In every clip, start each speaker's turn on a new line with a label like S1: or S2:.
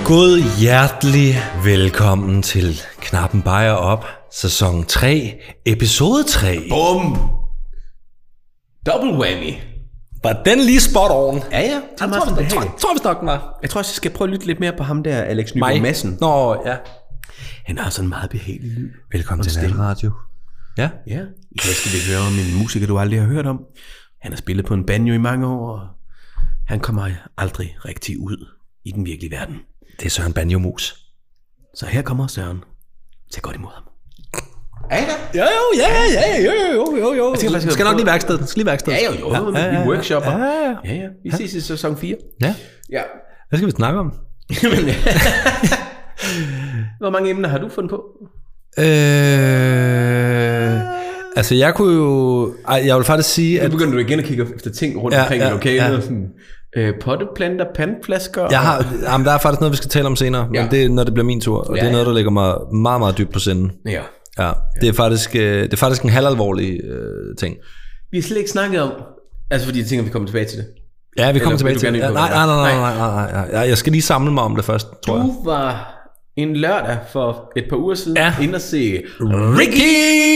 S1: God hjertelig velkommen til Knappen Bajer Op, sæson 3, episode 3.
S2: Bum! Double whammy.
S1: Var den lige spot on?
S2: Ja, ja.
S1: Jeg tror vi nok den var.
S2: Jeg tror også, jeg skal prøve at lytte lidt mere på ham der, Alex Nyborg Madsen.
S1: Nå, ja.
S2: Han har sådan en meget behagelig lyd.
S1: Velkommen til Radio. Ja.
S2: Ja. I dag skal vi høre om en musiker, du aldrig har hørt om. Han har spillet på en banjo i mange år, og han kommer aldrig rigtig ud i den virkelige verden.
S1: Det er Søren Banjo-mus.
S2: Så her kommer Søren. Tag godt imod ham.
S1: Ja, jo. Skal nok lige værksted.
S2: Vi workshopper. Ja. Vi ses i sæson 4.
S1: Ja. Hvad skal vi snakke om?
S2: Hvor mange emner har du fundet på?
S1: Altså jeg kunne jo... jeg vil faktisk sige, at...
S2: Nu begynder du igen at kigge efter ting rundt omkring i lokalet. Og sådan, potteplanter, pandflasker...
S1: Jamen, der er faktisk noget, vi skal tale om senere. Men det er, når det bliver min tur. Og det er noget, der ligger mig meget, meget dybt på sinden. Ja. Det er faktisk en halvalvorlig ting.
S2: Vi har slet ikke snakket om... Altså fordi jeg tænker, vi kommer tilbage til det.
S1: Ja, vi kommer tilbage til det. Nej. Jeg skal lige samle mig om det først, tror jeg.
S2: Du var en lørdag for et par uger siden inde at se
S1: Ricky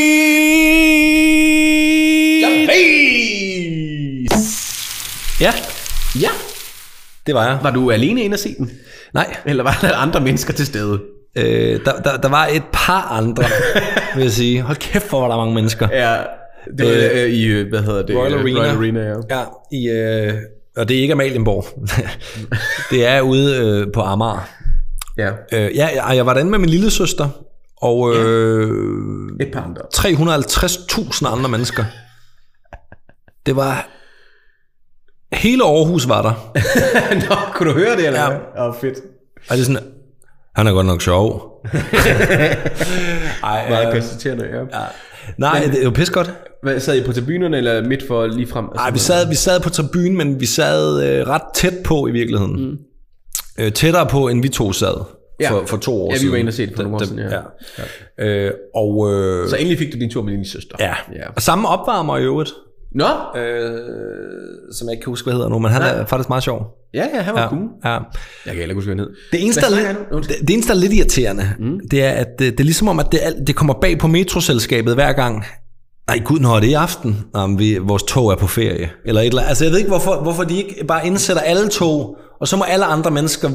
S2: Gervais. Ja.
S1: Det var jeg.
S2: Var du alene inde at se den?
S1: Nej.
S2: Eller var der andre mennesker til stede?
S1: Der var et par andre, vil jeg sige. Hold kæft, hvor var der mange mennesker.
S2: Ja. Det var i, hvad hedder det?
S1: Royal Arena, ja. Og det er ikke Amalienborg. Det er ude på Amager.
S2: Ja.
S1: Jeg var derinde med min lille søster og
S2: et par andre.
S1: 350.000 andre mennesker. Det var... Hele Aarhus var der.
S2: Nå, kunne du høre det, eller hvad? Fedt.
S1: Og det er sådan... Han er godt nok sjov.
S2: Meget konstaterende, ja.
S1: Nej, det var pis godt.
S2: Hvad, sad I på tribunerne eller midt for lige frem?
S1: Nej, vi sad på tribunen, men vi sad ret tæt på i virkeligheden. Tættere på, end vi to sad for 2 år siden.
S2: Ja, vi var inde og se det for nogle år siden, så endelig fik du din tur med din søster.
S1: Ja. Og samme opvarmer i øvrigt.
S2: Nå?
S1: Som jeg ikke kan huske, hvad hedder nu, men han er faktisk meget sjov.
S2: Ja, han var cool.
S1: Ja.
S2: Jeg kan heller ikke huske, hvad han hed.
S1: Det eneste, der er lidt irriterende, det er, at det er ligesom om, at det kommer bag på metroselskabet hver gang. Nej, gud, når det er i aften, vores tog er på ferie. Eller et eller andet. Altså, jeg ved ikke, hvorfor de ikke bare indsætter alle tog, og så må alle andre mennesker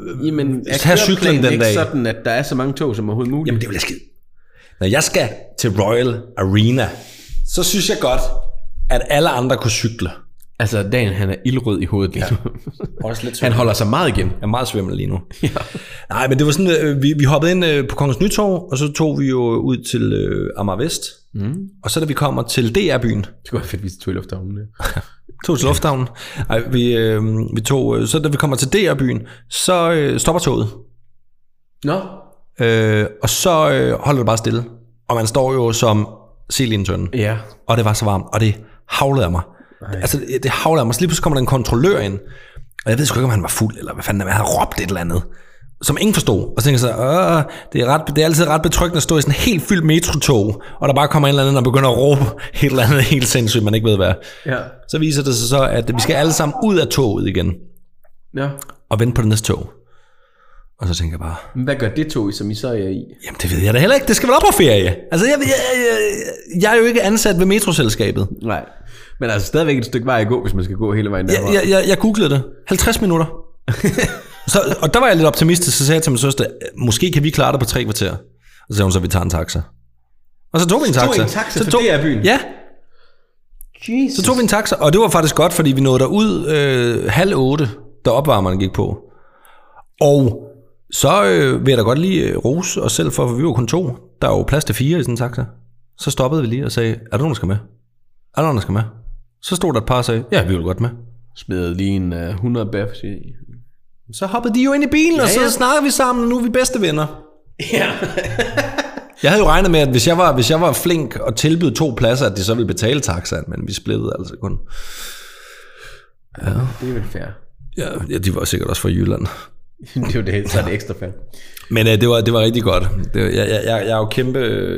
S1: have cyklen den dag.
S2: Ikke sådan, at der er så mange tog som overhovedet muligt.
S1: Jamen, det vil jeg skide. Når jeg skal til Royal Arena, så synes jeg godt, at alle andre kunne cykle.
S2: Altså, Dan, han er ildrød i hovedet lige nu.
S1: Også lidt
S2: han holder sig meget igen.
S1: Jeg er meget svimmel lige nu. Ja. Nej, men det var sådan, vi hoppede ind på Kongens Nytorv, og så tog vi jo ud til Amager Vest. Og så da vi kommer til DR-byen.
S2: Det kunne være fedt, hvis vi tog i lufthavnen.
S1: Tog til lufthavnen. Nej, vi tog, så da vi kommer til DR-byen, så stopper toget.
S2: Nå.
S1: Og så holder det bare stille. Og man står jo som sild i en tønde.
S2: Ja.
S1: Og det var så varmt, og det havlede af mig. Altså, det havlede af mig. Så lige pludselig kommer der en kontrollør ind, og jeg ved sgu ikke, om han var fuld, eller hvad fanden, han havde råbt et eller andet, som ingen forstod. Og så tænker jeg så, det er altid ret betryggende at stå i sådan en helt fyldt metrotog, og der bare kommer en eller anden, og begynder at råbe et eller andet helt sindssygt, man ikke ved hvad.
S2: Ja.
S1: Så viser det sig så, at vi skal alle sammen ud af toget igen.
S2: Ja.
S1: Og vente på det næste tog. Og så tænker jeg bare...
S2: Men hvad gør det tog, som I så er i?
S1: Jamen, det ved jeg da heller ikke. Det skal vel op på ferie. Altså, jeg er jo ikke ansat ved metroselskabet.
S2: Nej. Men altså stadigvæk et stykke vej at gå, hvis man skal gå hele vejen derfra.
S1: Jeg googlede det. 50 minutter. Og der var jeg lidt optimistisk, så sagde jeg til min søster, måske kan vi klare det på 3 kvarter. Og så sagde hun så, vi tager en taxa. Og så tog vi en taxa.
S2: Så tog det er byen?
S1: Ja.
S2: Jesus.
S1: Så tog vi en taxa, og det var faktisk godt, fordi vi nåede derud 7:30, da opvarmerne gik på. Og så vil jeg da godt lige rose os selv for vi var kun 2. Der er jo plads til 4 i sådan en taxa. Så stoppede vi lige og sagde, er der nogen, der skal med? Er der nogen, der skal med? Så stod der et par og sagde, ja, vi vil godt med.
S2: Smed lige en 100 bæfs i.
S1: Så hoppede de jo ind i bilen, og så snakkede vi sammen, og nu er vi bedste venner.
S2: Ja.
S1: Jeg havde jo regnet med, at hvis jeg var flink og tilbød 2 pladser, at de så ville betale taxaen, men vi splittede altså kun.
S2: Ja. Det er vel fair.
S1: Ja, de var sikkert også fra Jylland.
S2: Det er jo det, så er det ekstra fair.
S1: Men det var rigtig godt. Jeg er jo kæmpe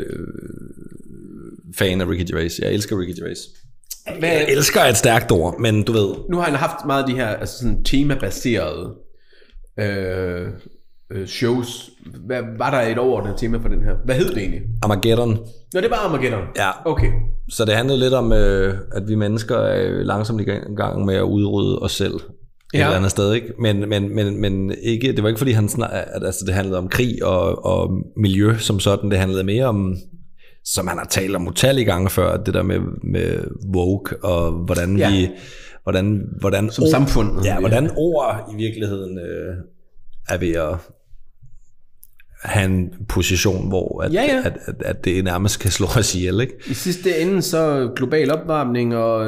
S1: fan af Ricky Gervais. Jeg elsker Ricky Gervais. Jeg elsker et stærkt ord, men du ved...
S2: Nu har han haft meget af de her altså sådan temabaserede shows. Var der et overordnet tema for den her? Hvad hed det egentlig?
S1: Armageddon.
S2: Nå, det var Armageddon.
S1: Ja.
S2: Okay.
S1: Så det handlede lidt om, at vi mennesker er langsomt i gang med at udrydde os selv. Et eller andet sted, ikke? Men ikke, det var ikke fordi det handlede om krig og miljø som sådan. Det handlede mere om, som han har talt om utallige gange før, det der med woke og hvordan vi hvordan
S2: som samfund.
S1: Ja, hvordan ord i virkeligheden er ved at have en position, hvor at det nærmest kan slå os ihjel, ikke?
S2: I sidste ende så global opvarmning og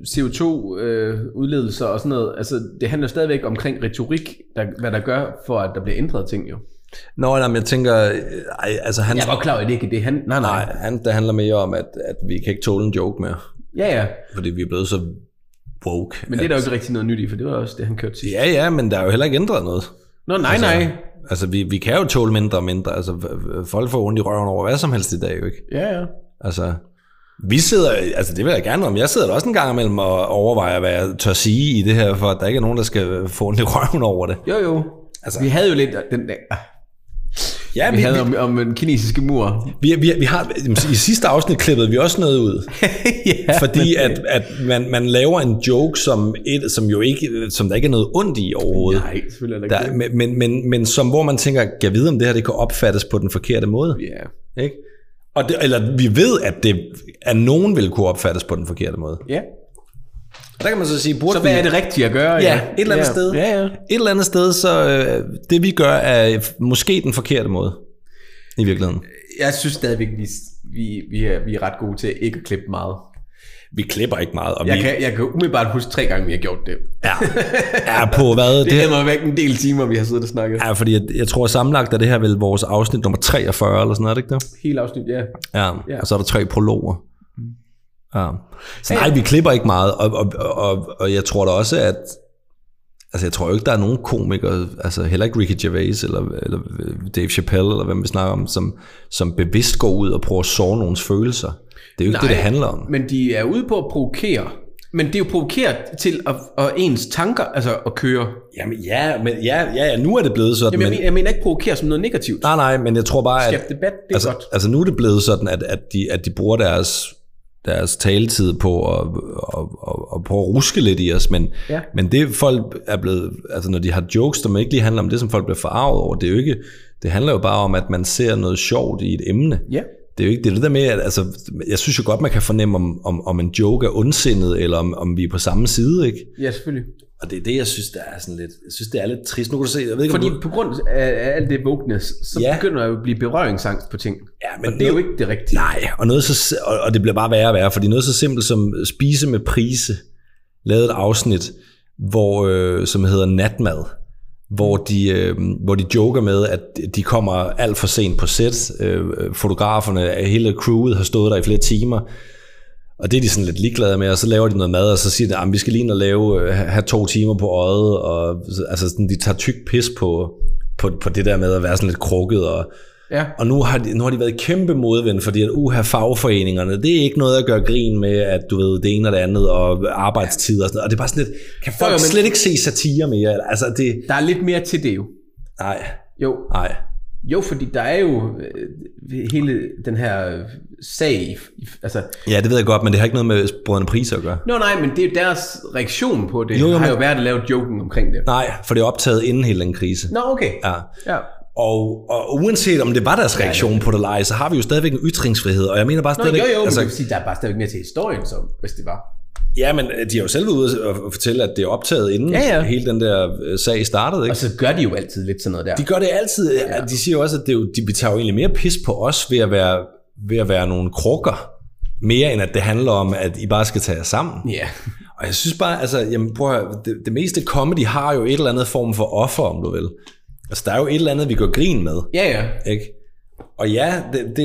S2: CO2-udledelser og sådan noget, altså det handler stadigvæk omkring retorik, hvad der gør for, at der bliver ændret ting jo.
S1: Nå, men jeg tænker, altså han...
S2: Jeg var klar, at det ikke er det.
S1: Det handler mere om, at vi kan ikke tåle en joke mere.
S2: Ja.
S1: Fordi vi er blevet så woke.
S2: Men det er der jo ikke rigtig noget nyt i, for det var også det, han kørte til.
S1: Ja, men der er jo heller ikke ændret noget.
S2: Nå, nej.
S1: Altså, vi kan jo tåle mindre og mindre. Altså, folk får ondt i røven over hvad som helst i dag, jo ikke?
S2: Ja.
S1: Altså, vi sidder... Altså, det vil jeg gerne om. Jeg sidder der også en gang imellem og overvejer, hvad jeg tør sige i det her, for at der ikke er nogen, der skal få ondt i røven over det.
S2: Jo. Altså, vi havde jo lidt den der... Ja, vi havde om den kinesiske mur.
S1: Vi har i sidste afsnit klippede vi også noget ud. Fordi at man laver en joke som jo ikke, som der ikke er noget ondt i overhovedet.
S2: Nej, selvfølgelig er det
S1: ikke. Men som hvor man tænker, kan vide om det her det kan opfattes på den forkerte måde.
S2: Ja.
S1: Ikke? Og eller vi ved at nogen vil kunne opfattes på den forkerte måde.
S2: Ja.
S1: Og der kan man så sige,
S2: så hvad er det rigtige at gøre?
S1: Ja, et eller andet sted.
S2: Ja.
S1: Et eller andet sted, så det vi gør er måske den forkerte måde i virkeligheden.
S2: Jeg synes stadigvæk, vi er ret gode til ikke at klippe meget.
S1: Vi klipper ikke meget. Og
S2: jeg kan umiddelbart huske 3 gange, vi har gjort det.
S1: Ja, på hvad?
S2: Det er væk en del timer, vi har siddet og snakket.
S1: Ja, fordi jeg tror sammenlagt, at det her vel vores afsnit nummer 43, eller sådan noget, er det ikke det?
S2: Hele afsnit, ja.
S1: Ja, og så er der 3 prologer. Ja. Så nej, vi klipper ikke meget, og jeg tror da også, at altså jeg tror jo ikke, der er nogen komikere, altså heller ikke Ricky Gervais eller Dave Chappelle, eller hvem vi snakker om, som bevidst går ud og prøver at såre nogens følelser. Det er jo ikke det handler om.
S2: Men de er ude på at provokere. Men det er jo provokeret til at ens tanker, altså at køre.
S1: Jamen ja, nu er det blevet sådan.
S2: Jamen, jeg mener ikke provokere som noget negativt.
S1: Nej, men jeg tror bare,
S2: at debat, det er godt.
S1: Altså nu er det blevet sådan, at de bruger deres taletid på at prøve at ruske lidt i os, men det folk er blevet, altså når de har jokes, der ikke lige handler om det, som folk bliver forarvet over, det er jo ikke, det handler jo bare om, at man ser noget sjovt i et emne.
S2: Ja.
S1: Det er jo ikke det der med, at altså, jeg synes jo godt, man kan fornemme, om en joke er ondsindet, eller om vi er på samme side, ikke?
S2: Ja, selvfølgelig.
S1: Og det er det, jeg synes, der er sådan lidt, jeg synes, det er lidt trist. Nu kan du se, jeg ved ikke,
S2: fordi på grund af alt det wokeness, så begynder jeg jo at blive berøringsangst på ting. Ja, men og det er jo ikke det rigtige.
S1: Nej, og det bliver bare værre og værre, fordi noget så simpelt som Spise med Prise lavede et afsnit, som hedder Natmad, hvor de joker med, at de kommer alt for sent på set. Fotograferne, hele crewet har stået der i flere timer, og det er de sådan lidt ligeglade med, og så laver de noget mad, og så siger de, at vi skal lige have 2 timer på øjet, og altså sådan, de tager tyk pis på det der med at være sådan lidt krukket, og nu har de været kæmpe modvind, fordi at fagforeningerne, det er ikke noget at gøre grin med, at du ved det ene og det andet, og arbejdstid og sådan noget, og det er bare sådan lidt, kan folk slet ikke se satire mere? Altså,
S2: der er lidt mere til det jo.
S1: Nej.
S2: Nej. Jo, fordi der er jo hele den her sag, altså...
S1: Ja, det ved jeg godt, men det har ikke noget med Brødrene Priser at gøre.
S2: Nej, men det er jo deres reaktion på det. Jo, har jo været at lave joken omkring det.
S1: Nej, for det er optaget inden hele den krise.
S2: Nå, okay.
S1: Ja. Og uanset om det var deres reaktion på det eller ej, så har vi jo stadigvæk en ytringsfrihed, og jeg mener bare stadigvæk...
S2: Jo, altså, man kan sige, der er bare stadigvæk mere til historien, så, hvis det var.
S1: Ja, men de har jo selv ude at fortælle, at det er optaget inden hele den der sag startede, ikke?
S2: Og så gør de jo altid lidt sådan noget der.
S1: De gør det altid. Ja. De siger jo også, at vi tager jo egentlig mere pis på os ved at være nogle krukker, mere end at det handler om, at I bare skal tage jer sammen.
S2: Ja.
S1: Og jeg synes bare, altså, jamen, prøv at høre, det meste comedy har jo et eller andet form for offer, om du vil. Altså, der er jo et eller andet, vi går grin med.
S2: Ja.
S1: Ikke? Og ja,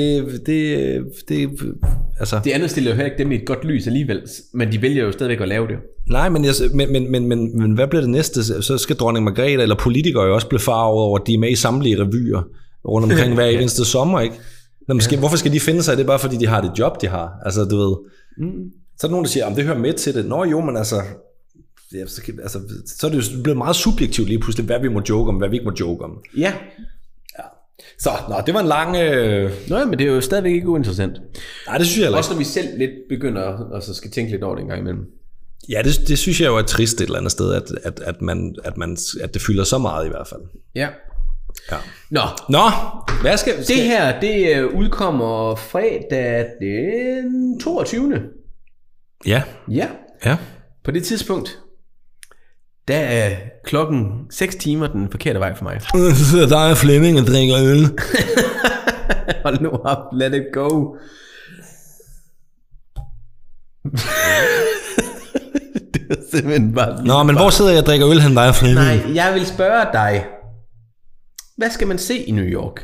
S1: altså...
S2: Det andet stiller jo heller ikke dem i et godt lys alligevel, men de vælger jo stadigvæk at lave det.
S1: Nej, men hvad bliver det næste? Så skal dronning Margrethe eller politikere jo også blive farvet over, at de er med i samtlige revyer rundt omkring hver eneste sommer, ikke? Hvorfor skal de finde sig i det, bare fordi de har det job, de har? Altså, du ved... Så er der nogen, der siger, at det hører med til det. Nå jo, men altså... så er det jo blevet meget subjektivt lige pludselig, hvad vi må joke om, hvad vi ikke må joke om.
S2: Ja.
S1: Så, det var en lang...
S2: Nå, men det er jo stadigvæk ikke uinteressant.
S1: Nej, det synes jeg heller ikke.
S2: Også når vi selv lidt begynder, og så skal tænke lidt over det en gang imellem.
S1: Ja, det synes jeg jo er trist et eller andet sted, at det fylder så meget i hvert fald.
S2: Ja.
S1: Nå, hvad skal...
S2: Det her, det udkommer fredag den 22.
S1: Ja.
S2: På det tidspunkt, der er klokken 6 timer den forkerte vej for mig.
S1: Så sidder der Flemming og drikker øl.
S2: Hold nu op, let it go. Det er simpelthen bare...
S1: Nå, men hvor sidder jeg og drikker øl hen dig, Flemming?
S2: Nej, jeg vil spørge dig. Hvad skal man se i New York?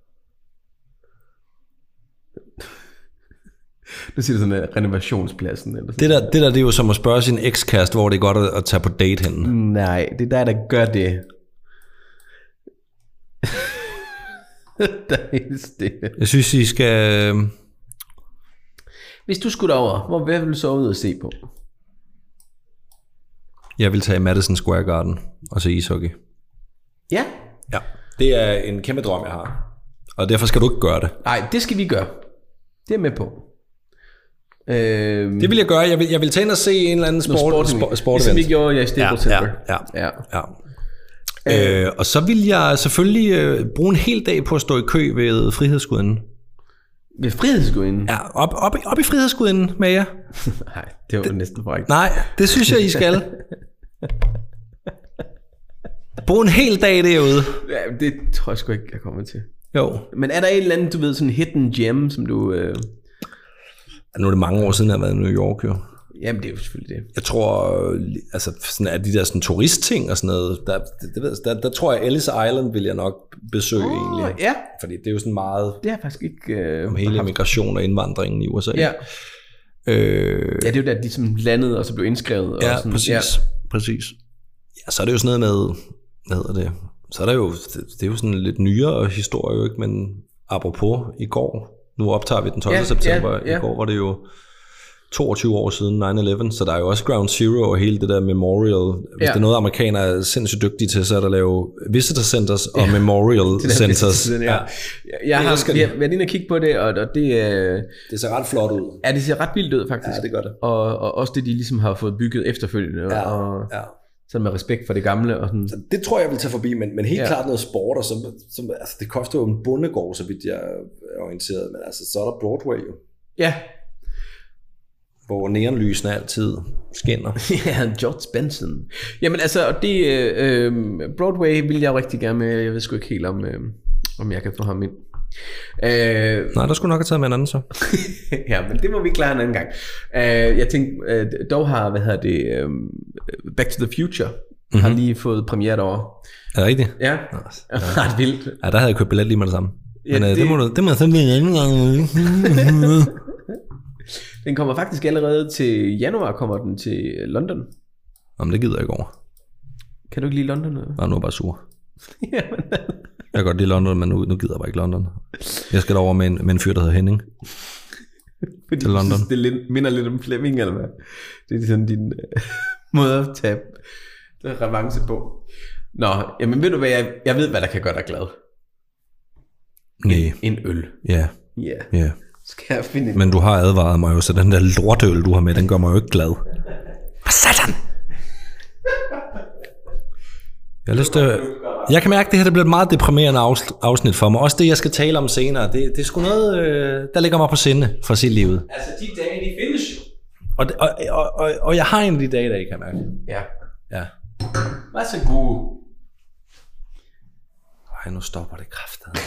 S2: Du siger sådan en renovationspladsen eller sådan.
S1: Det er jo som at spørge sin ekskæreste, hvor det er godt at tage på date henne.
S2: Nej, det er der gør det. Der er det.
S1: Jeg synes, I skal...
S2: Hvis du skulle derover, hvad vil du så ud og se på?
S1: Jeg vil tage Madison Square Garden og se ishockey.
S2: Ja.
S1: Ja, det er en kæmpe drøm, jeg har. Og derfor skal du ikke gøre det.
S2: Nej, det skal vi gøre. Det er med på.
S1: Det vil jeg gøre. Jeg vil tage ind og se en eller anden sport
S2: som vi gjorde i Staples Center.
S1: Ja. Og så vil jeg selvfølgelig bruge en hel dag på at stå i kø ved Frihedsgudinden.
S2: Ved Frihedsgudinden?
S1: Ja, op i Frihedsgudinden med jer.
S2: Nej, det var jo næsten korrekt.
S1: Nej, det synes jeg, I skal. Brug en hel dag derude.
S2: Ja, det tror jeg sgu ikke, jeg kommer til.
S1: Jo.
S2: Men er der et eller andet, du ved, sådan hidden gem, som du...
S1: Nu er det mange år siden, jeg har været i New York, jo.
S2: Jamen, det er jo selvfølgelig det.
S1: Jeg tror, altså sådan af de der sådan turistting og sådan noget, der tror jeg, Ellis Island vil jeg nok besøge egentlig.
S2: Ja.
S1: Fordi det er jo sådan meget...
S2: Det er faktisk ikke...
S1: om hele migration og indvandringen i USA.
S2: Ja. Ja, det er jo der, de som landede og så blev indskrevet.
S1: Ja,
S2: og sådan.
S1: Præcis. Ja, så er det jo sådan noget med... Hvad hedder det? Så er der jo... Det er jo sådan lidt nyere historie, ikke? Men apropos i går... Nu optager vi den 12. september. I går var det jo 22 år siden 9/11, så der er jo også Ground Zero og hele det der memorial. Hvis det er noget, amerikanere er sindssygt dygtige til, så er der lave visitor centers og memorial centers.
S2: Jeg har været inde og kigge på det, og det...
S1: Det ser ret flot ud.
S2: Ja, det ser ret vildt ud, faktisk.
S1: Ja, det gør det.
S2: Og også det, de ligesom har fået bygget efterfølgende. Og sådan med respekt for det gamle. Og sådan.
S1: Så det tror jeg vil tage forbi, men helt klart noget sport, og som altså, det koster jo en bondegård, så vidt jeg er orienteret, men altså, så er der Broadway jo.
S2: Ja.
S1: Hvor neonlysene altid skinner.
S2: Ja, George Benson. Jamen altså, det Broadway vil jeg jo rigtig gerne med. Jeg ved sgu ikke helt om jeg kan få ham ind.
S1: Nej, der skulle nok have taget med en anden så.
S2: Ja, men det må vi klare en anden gang. Jeg tænkte, dog har, Back to the Future har lige fået premiere derovre.
S1: Er det rigtigt?
S2: Ja, ret vildt.
S1: Ja, der havde jeg købt billet lige med det samme. Men ja, det må jeg så blive en anden gang.
S2: Den kommer faktisk allerede til januar, kommer den til London.
S1: Jamen, det gider jeg ikke over.
S2: Kan du ikke lide London?
S1: Nej, nu er jeg bare sur. Jamen. Jeg kan godt lide London, men nu gider jeg bare ikke London. Jeg skal derover med en fyr, der hedder Henning.
S2: Fordi
S1: til London.
S2: Det minder lidt om Flemming, eller hvad? Det er sådan din måde at tage revanche på. Nå, jamen ved du hvad, jeg ved, hvad der kan gøre dig glad.
S1: Nej.
S2: En øl.
S1: Ja.
S2: Ja. Skal jeg finde en...
S1: Men du har advaret mig jo, så den der lortøl, du har med, den gør mig jo ikke glad. Hvad satan? Jeg kan mærke, at det her det bliver et meget deprimerende afsnit for mig. Også det, jeg skal tale om senere. Det er sgu noget, der ligger mig på sinde for sit liv.
S2: Altså, de dage, de findes jo.
S1: Og jeg har en af de dage, der kan jeg mærke.
S2: Ja. Hvad så god?
S1: Ej, nu stopper det kraftigt.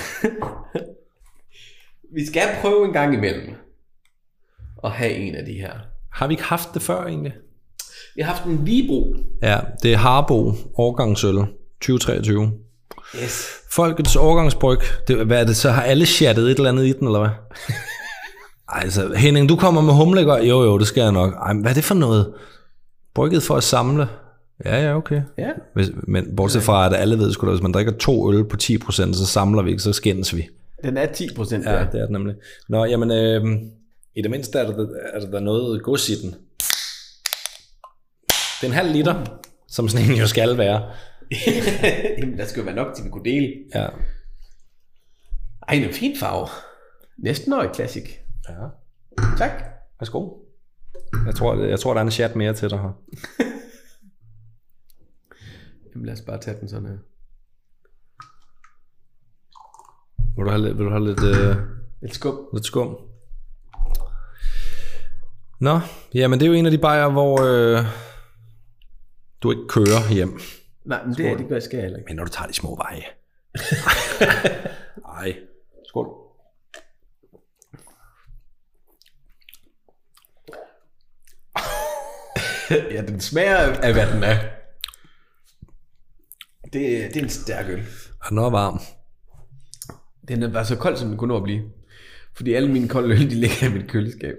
S2: Vi skal prøve en gang imellem at have en af de her.
S1: Har vi ikke haft det før egentlig?
S2: Vi har haft en Vibro.
S1: Ja, det er Harbo årgangsøl 2023.
S2: Yes.
S1: Folkets årgangsbryg. Hvad er det så? Har alle chattet et eller andet i den, eller hvad? Ej, altså, Henning, du kommer med humle, ikke? Jo, det skal jeg nok. Ej, hvad er det for noget? Brygget for at samle? Ja, okay.
S2: Ja.
S1: Men bortset fra, at alle ved sgu da, hvis man drikker 2 øl på 10%, så samler vi ikke, så skændes vi.
S2: Den er 10%.
S1: Ja, det er den nemlig. Nå, jamen, i det mindste er der noget gods i den. Det er en halv liter, som sådan en jo skal være.
S2: Jamen, der skal jo være nok til, vi kunne dele.
S1: Ja.
S2: Ej, en fin farve. Næsten noget classic.
S1: Ja.
S2: Tak.
S1: Værsgo. Jeg tror, der er en chat mere til dig her.
S2: Jamen, lad os bare tage den sådan her.
S1: Vil du have
S2: lidt skum?
S1: Lidt skum. Nå, jamen det er jo en af de bajer, hvor du ikke kører hjem.
S2: Nej, men det gør jeg skal heller ikke.
S1: Men når du tager de små veje. Ej. Skål.
S2: Ja, den smager af, hvad den er. Det er en stærk øl.
S1: Og den er varm.
S2: Den er bare så kold, som den kunne nå at blive. Fordi alle mine kolde øl, de ligger i mit køleskab.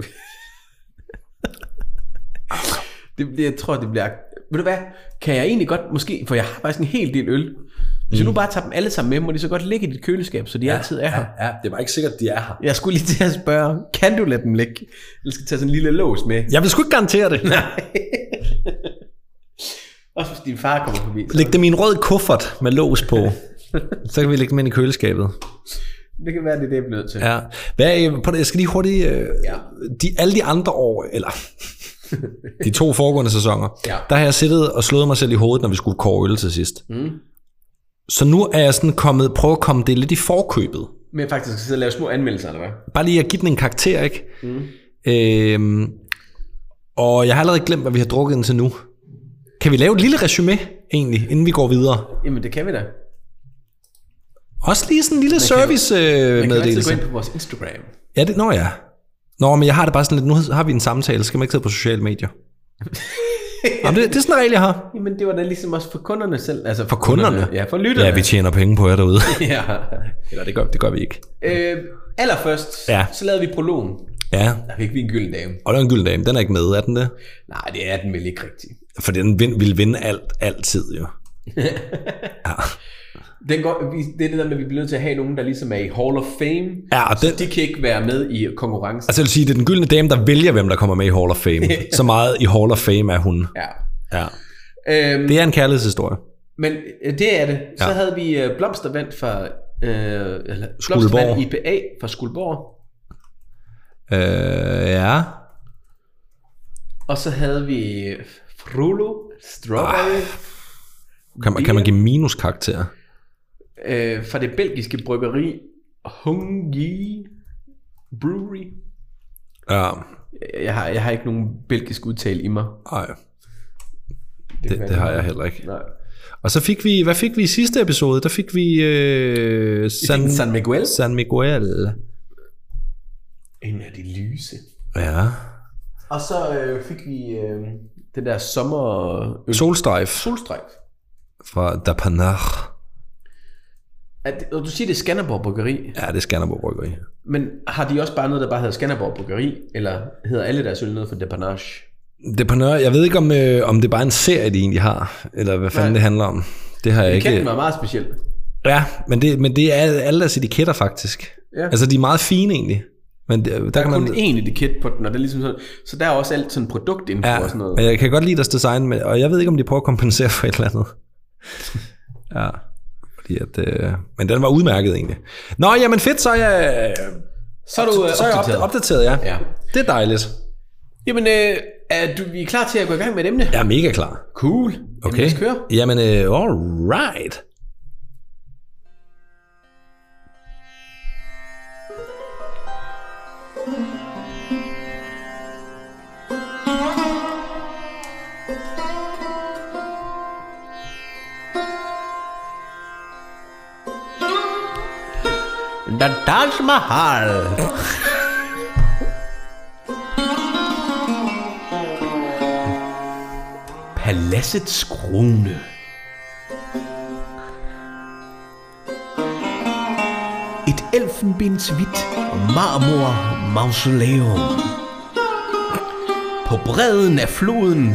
S2: Jeg tror, det bliver... Ved du hvad? Kan jeg egentlig godt, måske... For jeg har faktisk en hel del øl. Hvis jeg nu bare tager dem alle sammen med, må de så godt ligge i dit køleskab, så de altid er her.
S1: Ja, det var ikke sikkert, at de er her.
S2: Jeg skulle lige til at spørge, kan du lade dem ligge? Eller skal tage sådan en lille lås med?
S1: Jeg vil sgu ikke garantere det.
S2: Nej. Også hvis din far kommer forbi.
S1: Læg dem i en rød kuffert med lås på. Så kan vi lægge dem ind i køleskabet.
S2: Det kan være, det er det, jeg bliver nødt til.
S1: Ja. Jeg skal lige hurtigt... alle de andre år, eller de 2 foregående sæsoner, der har jeg siddet og slået mig selv i hovedet, når vi skulle kåre øl til sidst. Så nu er jeg sådan prøve at komme det lidt i forkøbet.
S2: Men faktisk skal sidde og lave små anmeldelser, eller hvad?
S1: Bare lige at give den en karakter, ikke? Og jeg har allerede glemt, hvad vi har drukket indtil nu. Kan vi lave et lille resume, egentlig, inden vi går videre?
S2: Jamen, det kan vi da.
S1: Også lige sådan en lille service-meddelelse.
S2: Man kan altid gå ind på vores Instagram.
S1: Ja, det når jeg. Men jeg har det bare sådan lidt, nu har vi en samtale, så skal man ikke sidde på sociale medier. Jamen, det er sådan en regel, jeg har.
S2: Jamen, det var da ligesom også for kunderne selv. Altså
S1: for kunderne?
S2: Ja, for lytterne.
S1: Ja, vi tjener penge på jer derude.
S2: Ja.
S1: Eller det gør vi ikke.
S2: Allerførst, så lavede vi prologen.
S1: Ja.
S2: Der fik vi en gylden dame.
S1: Og der er en gylden dame, den er ikke med, er den det?
S2: Nej, det er den vel ikke rigtigt.
S1: For den vil vinde altid, jo. Ja.
S2: Det er det der med, at vi bliver nødt til at have nogen, der ligesom er i Hall of Fame. Ja, så de kan ikke være med i konkurrencen.
S1: Altså jeg vil sige, det er den gyldne dame, der vælger, hvem der kommer med i Hall of Fame. Så meget i Hall of Fame er hun. Ja. Det er en kærlighedshistorie.
S2: Men det er det. Så havde vi blomstervand fra blomstervand IPA fra Skuldborg.
S1: Ja.
S2: Og så havde vi Frollo Strawberry.
S1: Kan man give minuskarakter?
S2: Fra det belgiske bryggeri Hungi Brewery.
S1: Ja.
S2: Jeg har ikke nogen belgisk udtale i mig.
S1: Nej. Det har jeg heller ikke.
S2: Nej.
S1: Og så fik vi, hvad fik vi i sidste episode? Der fik vi
S2: San Miguel.
S1: San Miguel.
S2: En af de lyse.
S1: Ja.
S2: Og så fik vi det der sommer...
S1: Solstrejf. Fra Dapanar.
S2: Og du siger, det er Skanderborg Bryggeri?
S1: Ja, det er Skanderborg Bryggeri.
S2: Men har de også bare noget, der bare hedder Skanderborg Bryggeri? Eller hedder alle deres øl noget for Depanage?
S1: Depanage, jeg ved ikke, om det er bare en serie, de egentlig har. Eller hvad fanden det handler om. Det har jeg ikke.
S2: Etiketten var meget speciel.
S1: Ja, men det er alle deres etiketter faktisk. Ja. Altså, de er meget fine egentlig. Men der
S2: kan man kun én etiket på den, og det er ligesom sådan, så der er også alt sådan produktinfo og sådan noget.
S1: Men jeg kan godt lide deres design, med, og jeg ved ikke, om de prøver at kompensere for et eller andet. Ja, fordi men den var udmærket egentlig. Nå, jamen fedt, så er jeg...
S2: Så er du
S1: opdateret, ja. Det er dejligt.
S2: Jamen, vi er klar til at gå i gang med et emne?
S1: Jeg er mega klar.
S2: Cool.
S1: Okay.
S2: Jamen, lad os køre.
S1: Jamen, all right.
S2: The Taj Mahal. Paladsets krone. Et elfenbenshvidt marmor mausoleum. På bredden af floden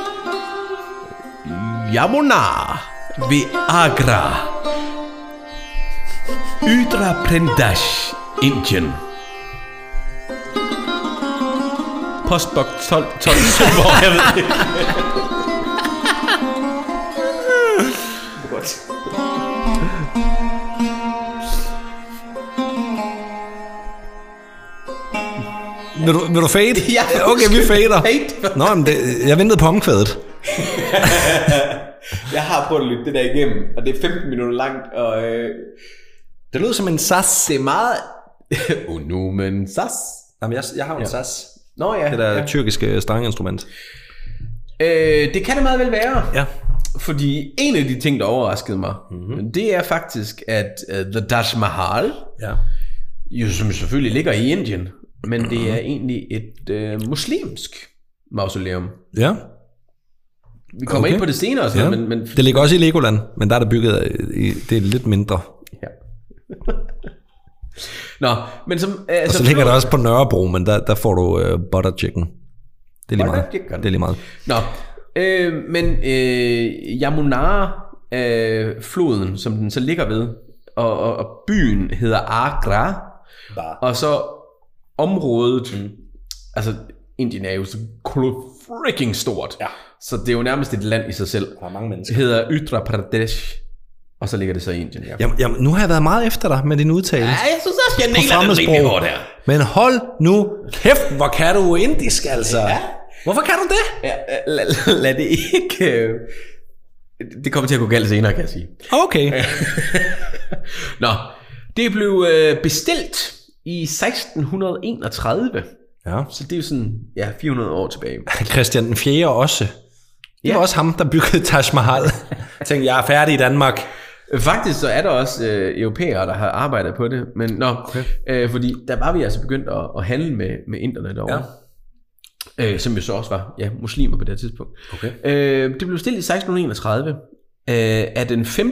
S2: Yamuna ved Agra. Uttar Pradesh, Indien. Postbox 12 Søborg, jeg ved det.
S1: Vil du fade?
S2: Ja,
S1: Okay, vi fader.
S2: Fade.
S1: Nå, men jeg ventede på omkvædet.
S2: Jeg har prøvet at lytte det der igennem, og det er 15 minutter langt, og
S1: Det lyder som en sas.
S2: det er meget... nu, men sas.
S1: Jamen, jeg har jo en sas.
S2: Nå ja.
S1: Det der tyrkiske strengeinstrument.
S2: Det kan det meget vel være.
S1: Ja.
S2: Fordi en af de ting, der overraskede mig, det er faktisk, at The Taj Mahal,
S1: Ja.
S2: jo som selvfølgelig ligger i Indien, men det er egentlig et muslimsk mausoleum.
S1: Ja.
S2: Vi kommer ind på det senere, så,
S1: Ja.
S2: men
S1: Det ligger også i Legoland, men der er det bygget det er lidt mindre.
S2: ja. Nå, men som...
S1: Og så ligger der også på Nørrebro, men der får du butter chicken. Det er lige meget.
S2: Butter chicken.
S1: Det er lige meget.
S2: Nå, men Yamuna, floden, som den så ligger ved, og byen hedder Agra, og så området, altså Indien er jo så freaking stort, så det er jo nærmest et land i sig selv.
S1: Der er mange mennesker.
S2: Hedder Uttar Pradesh, og så ligger det så i Indien. Ja.
S1: Jamen, nu har jeg været meget efter dig med din udtale.
S2: Ja, jeg synes også, jeg
S1: På
S2: nægter det rimelig
S1: fremmedsprog.
S2: godt her.
S1: Men hold nu kæft, hvor kan du indisk, altså.
S2: Ja.
S1: Hvorfor kan du det?
S2: Ja, lad det ikke... Det kommer til at gå galt senere, kan jeg sige.
S1: Okay.
S2: Nå, det blev bestilt i 1631.
S1: Ja.
S2: Så det er jo sådan, 400 år tilbage.
S1: Christian den 4. også. Det var også ham, der byggede Taj Mahal. Jeg tænkte, jeg er færdig i Danmark.
S2: Faktisk så er der også europæere, der har arbejdet på det. Men fordi der var vi altså begyndt at handle med inderne derovre. Ja. Som jo så også var muslimer på det tidspunkt.
S1: Okay.
S2: Det blev stillet i 1631 af den 5.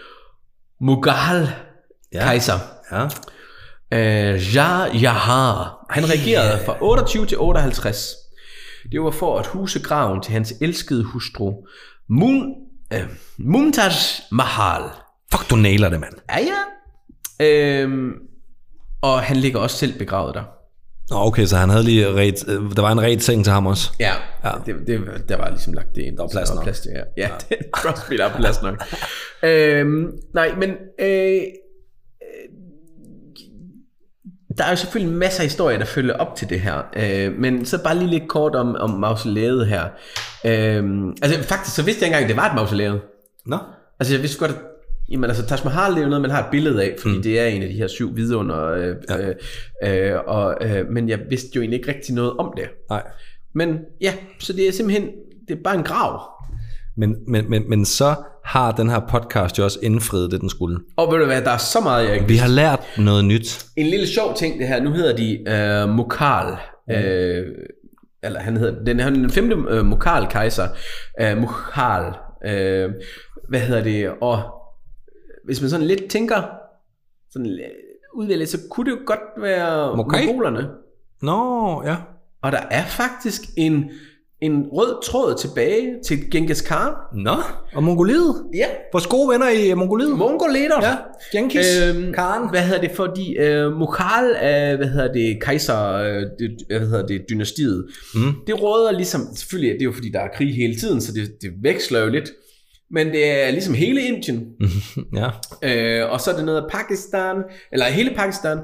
S2: Mughal-kejser.
S1: Ja.
S2: Shah Jahan. Han regerede fra 28 til 58. Det var for at huse graven til hans elskede hustru Mumtaz Mahal.
S1: Fuck, du nailer det, mand.
S2: Ja. Og han ligger også selv begravet der.
S1: Okay, så han havde lige der var en ret seng til ham også.
S2: Ja. Der var ligesom lagt det ind.
S1: Der var plads nok.
S2: Plads til, ja. Det er der er plads nok. Nej, men der er jo selvfølgelig masser af historier, der følger op til det her. Men så bare lige lidt kort om mausoleet her. Altså faktisk, så vidste jeg ikke engang, det var et mausoleum.
S1: Nå.
S2: Altså jeg vidste godt, at jamen, altså, Taj Mahal det er jo noget, man har et billede af, fordi det er en af de her 7 vidunder. Men jeg vidste jo egentlig ikke rigtig noget om det.
S1: Nej.
S2: Men ja, så det er simpelthen, det er bare en grav.
S1: Men så har den her podcast jo også indfriet det, den skulle.
S2: Og ved du hvad, der er så meget, jeg ikke
S1: Vi har lært noget nyt.
S2: En lille sjov ting det her, nu hedder de Mughal, eller han hedder, den 5. Mughal-kejser, Mughal, hvad hedder det, og hvis man sådan lidt tænker, sådan udvælget, så kunne det jo godt være mongolerne.
S1: Nå, ja.
S2: Og der er faktisk en rød tråd tilbage til Genghis Khan.
S1: Nå, og Mongoliet.
S2: Ja.
S1: Vores gode venner i Mongoliet.
S2: Mongoliet.
S1: Ja, Genghis Khan.
S2: Hvad hedder det, fordi Mughal, kejser, dynastiet. Det råder ligesom, selvfølgelig, det er jo fordi, der er krig hele tiden, så det veksler jo lidt. Men det er ligesom hele Indien.
S1: Ja.
S2: Og så er det noget af Pakistan, eller hele Pakistan,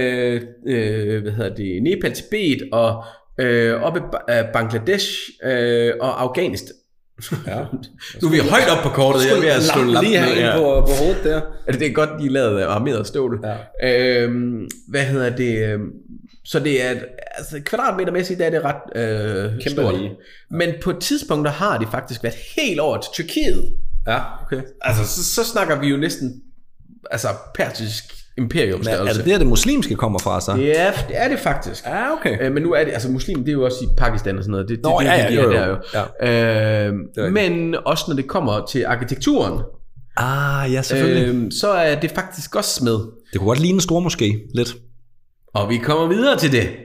S2: Nepal, Tibet, og oppe i Bangladesh og Afghanistan.
S1: Ja.
S2: Nu er vi højt op på kortet. Jeg er ved at slå
S1: lige her på hovedet der.
S2: Det er godt, de er lavet af armeret stål. Ja. Så det er, altså kvadratmetermæssigt, der er det ret stort. Men på et tidspunkt, der har de faktisk været helt over til Tyrkiet.
S1: Ja, okay.
S2: Altså, så snakker vi jo næsten, altså persisk imperiumstørrelse.
S1: Er det der, det muslimske kommer fra så?
S2: Ja, det er det faktisk.
S1: Ja, okay.
S2: Men nu er det, altså muslim, det er jo også i Pakistan og sådan noget. Men også når det kommer til arkitekturen.
S1: Ja, selvfølgelig.
S2: Så er det faktisk også med.
S1: Det kunne godt ligne en stor måske, lidt.
S2: Og vi kommer videre til det.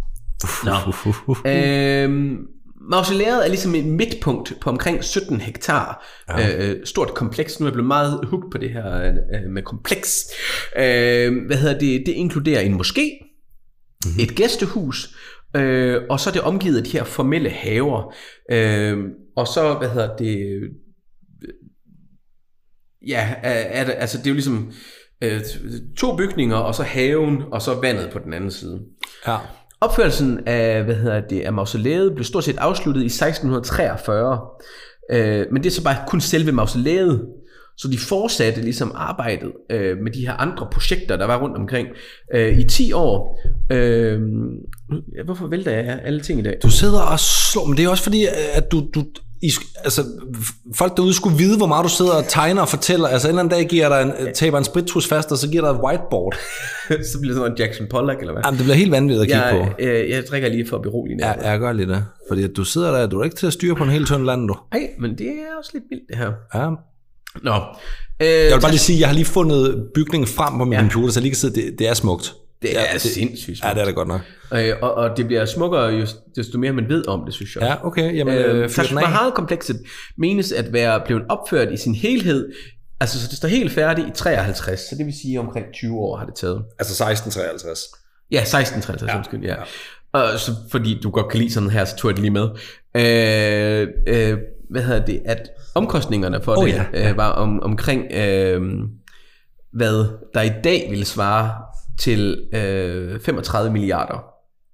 S2: Mausoleet er ligesom et midtpunkt på omkring 17 hektar. Stort kompleks. Nu er jeg blevet meget hooked på det her med kompleks. Det inkluderer en moské, et gæstehus, og så er det omgivet af de her formelle haver. Og så, altså det er jo ligesom 2 bygninger, og så haven, og så vandet på den anden side.
S1: Ja.
S2: Opførelsen af, af mausoleet blev stort set afsluttet i 1643. Men det er så bare kun selve mausoleet. Så de fortsatte ligesom arbejdet med de her andre projekter, der var rundt omkring i 10 år. Hvorfor vælter jeg alle ting i dag?
S1: Du sidder og slår, men det er også fordi, at altså, folk derude skulle vide, hvor meget du sidder og tegner og fortæller. Altså en eller anden dag taber en sprittus fast, og så giver dig et whiteboard.
S2: Så bliver det sådan en Jackson Pollock, eller hvad?
S1: Jamen, det bliver helt vanvittigt at kigge på.
S2: Jeg drikker lige for at berolige.
S1: Ja, jeg gør lige det. Fordi at du sidder der, du er ikke til at styre på en helt tynd land, du.
S2: Nej, men det er også lidt vildt, det her.
S1: Ja.
S2: Nå.
S1: Jeg vil bare lige sige, at jeg har lige fundet bygningen frem på min computer, så jeg lige kan se, det er smukt.
S2: Det er sindssygt smukt.
S1: Ja, det er det godt nok.
S2: Og det bliver smukkere, desto mere man ved om det, synes jeg.
S1: Ja, okay. Jamen,
S2: Taj Mahal-komplekset menes at være blevet opført i sin helhed. Altså, så det står helt færdigt i 53, så det vil sige, omkring 20 år har det taget.
S1: Altså 1653.
S2: Ja, 1653, undskyld, ja. Og så, fordi du godt kan lide sådan her, så tog jeg det lige med. At omkostningerne for var omkring, hvad der i dag ville svare til 35 milliarder.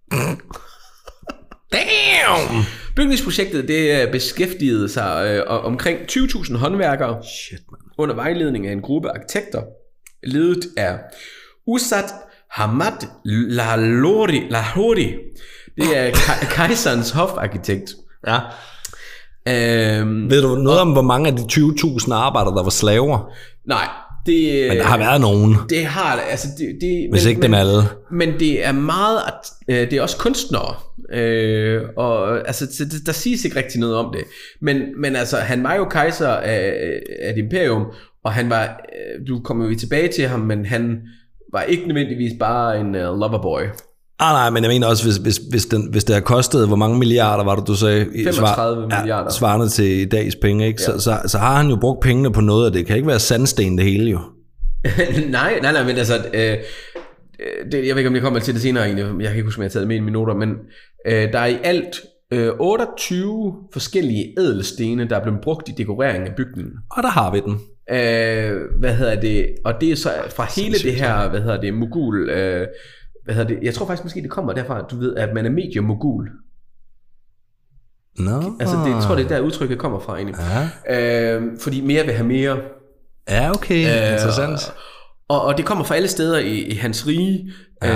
S1: Damn!
S2: Bygningsprojektet det beskæftigede sig omkring 20.000 håndværkere under vejledning af en gruppe arkitekter, ledet af Usat Hamad Lahori. Det er kejserens hofarkitekt.
S1: Ja. Ved du noget om, hvor mange af de 20.000 arbejdere, der var slaver?
S2: Nej.
S1: Men der har været nogen.
S2: Det har det. Altså
S1: hvis ikke dem alle.
S2: Men det er meget, det er også kunstnere. Og altså, der siges ikke rigtig noget om det. Men altså, han var jo kejser af et imperium, og han var, du kommer jo tilbage til ham, men han var ikke nødvendigvis bare en loverboy.
S1: Nej, men jeg mener også, hvis det har kostet, hvor mange milliarder var det, du sagde?
S2: 35 milliarder.
S1: Svarende til i dags penge, ikke? Ja. Så har han jo brugt pengene på noget af det. Det kan ikke være sandsten det hele jo.
S2: nej, men altså, jeg ved ikke, om jeg kommer til det senere egentlig. Jeg kan ikke huske, om jeg har taget det med i minutter, men der er i alt 28 forskellige ædelstene, der er blevet brugt i dekorering af bygningen.
S1: Og der har vi den.
S2: Og det er så fra hele det her, mogul... jeg tror faktisk måske det kommer derfra, du ved, at man er mediemogul.
S1: No.
S2: Altså jeg tror det er der udtrykket kommer fra egentlig. Fordi mere vil have mere.
S1: Ja, okay, interessant.
S2: Og det kommer fra alle steder i hans rige.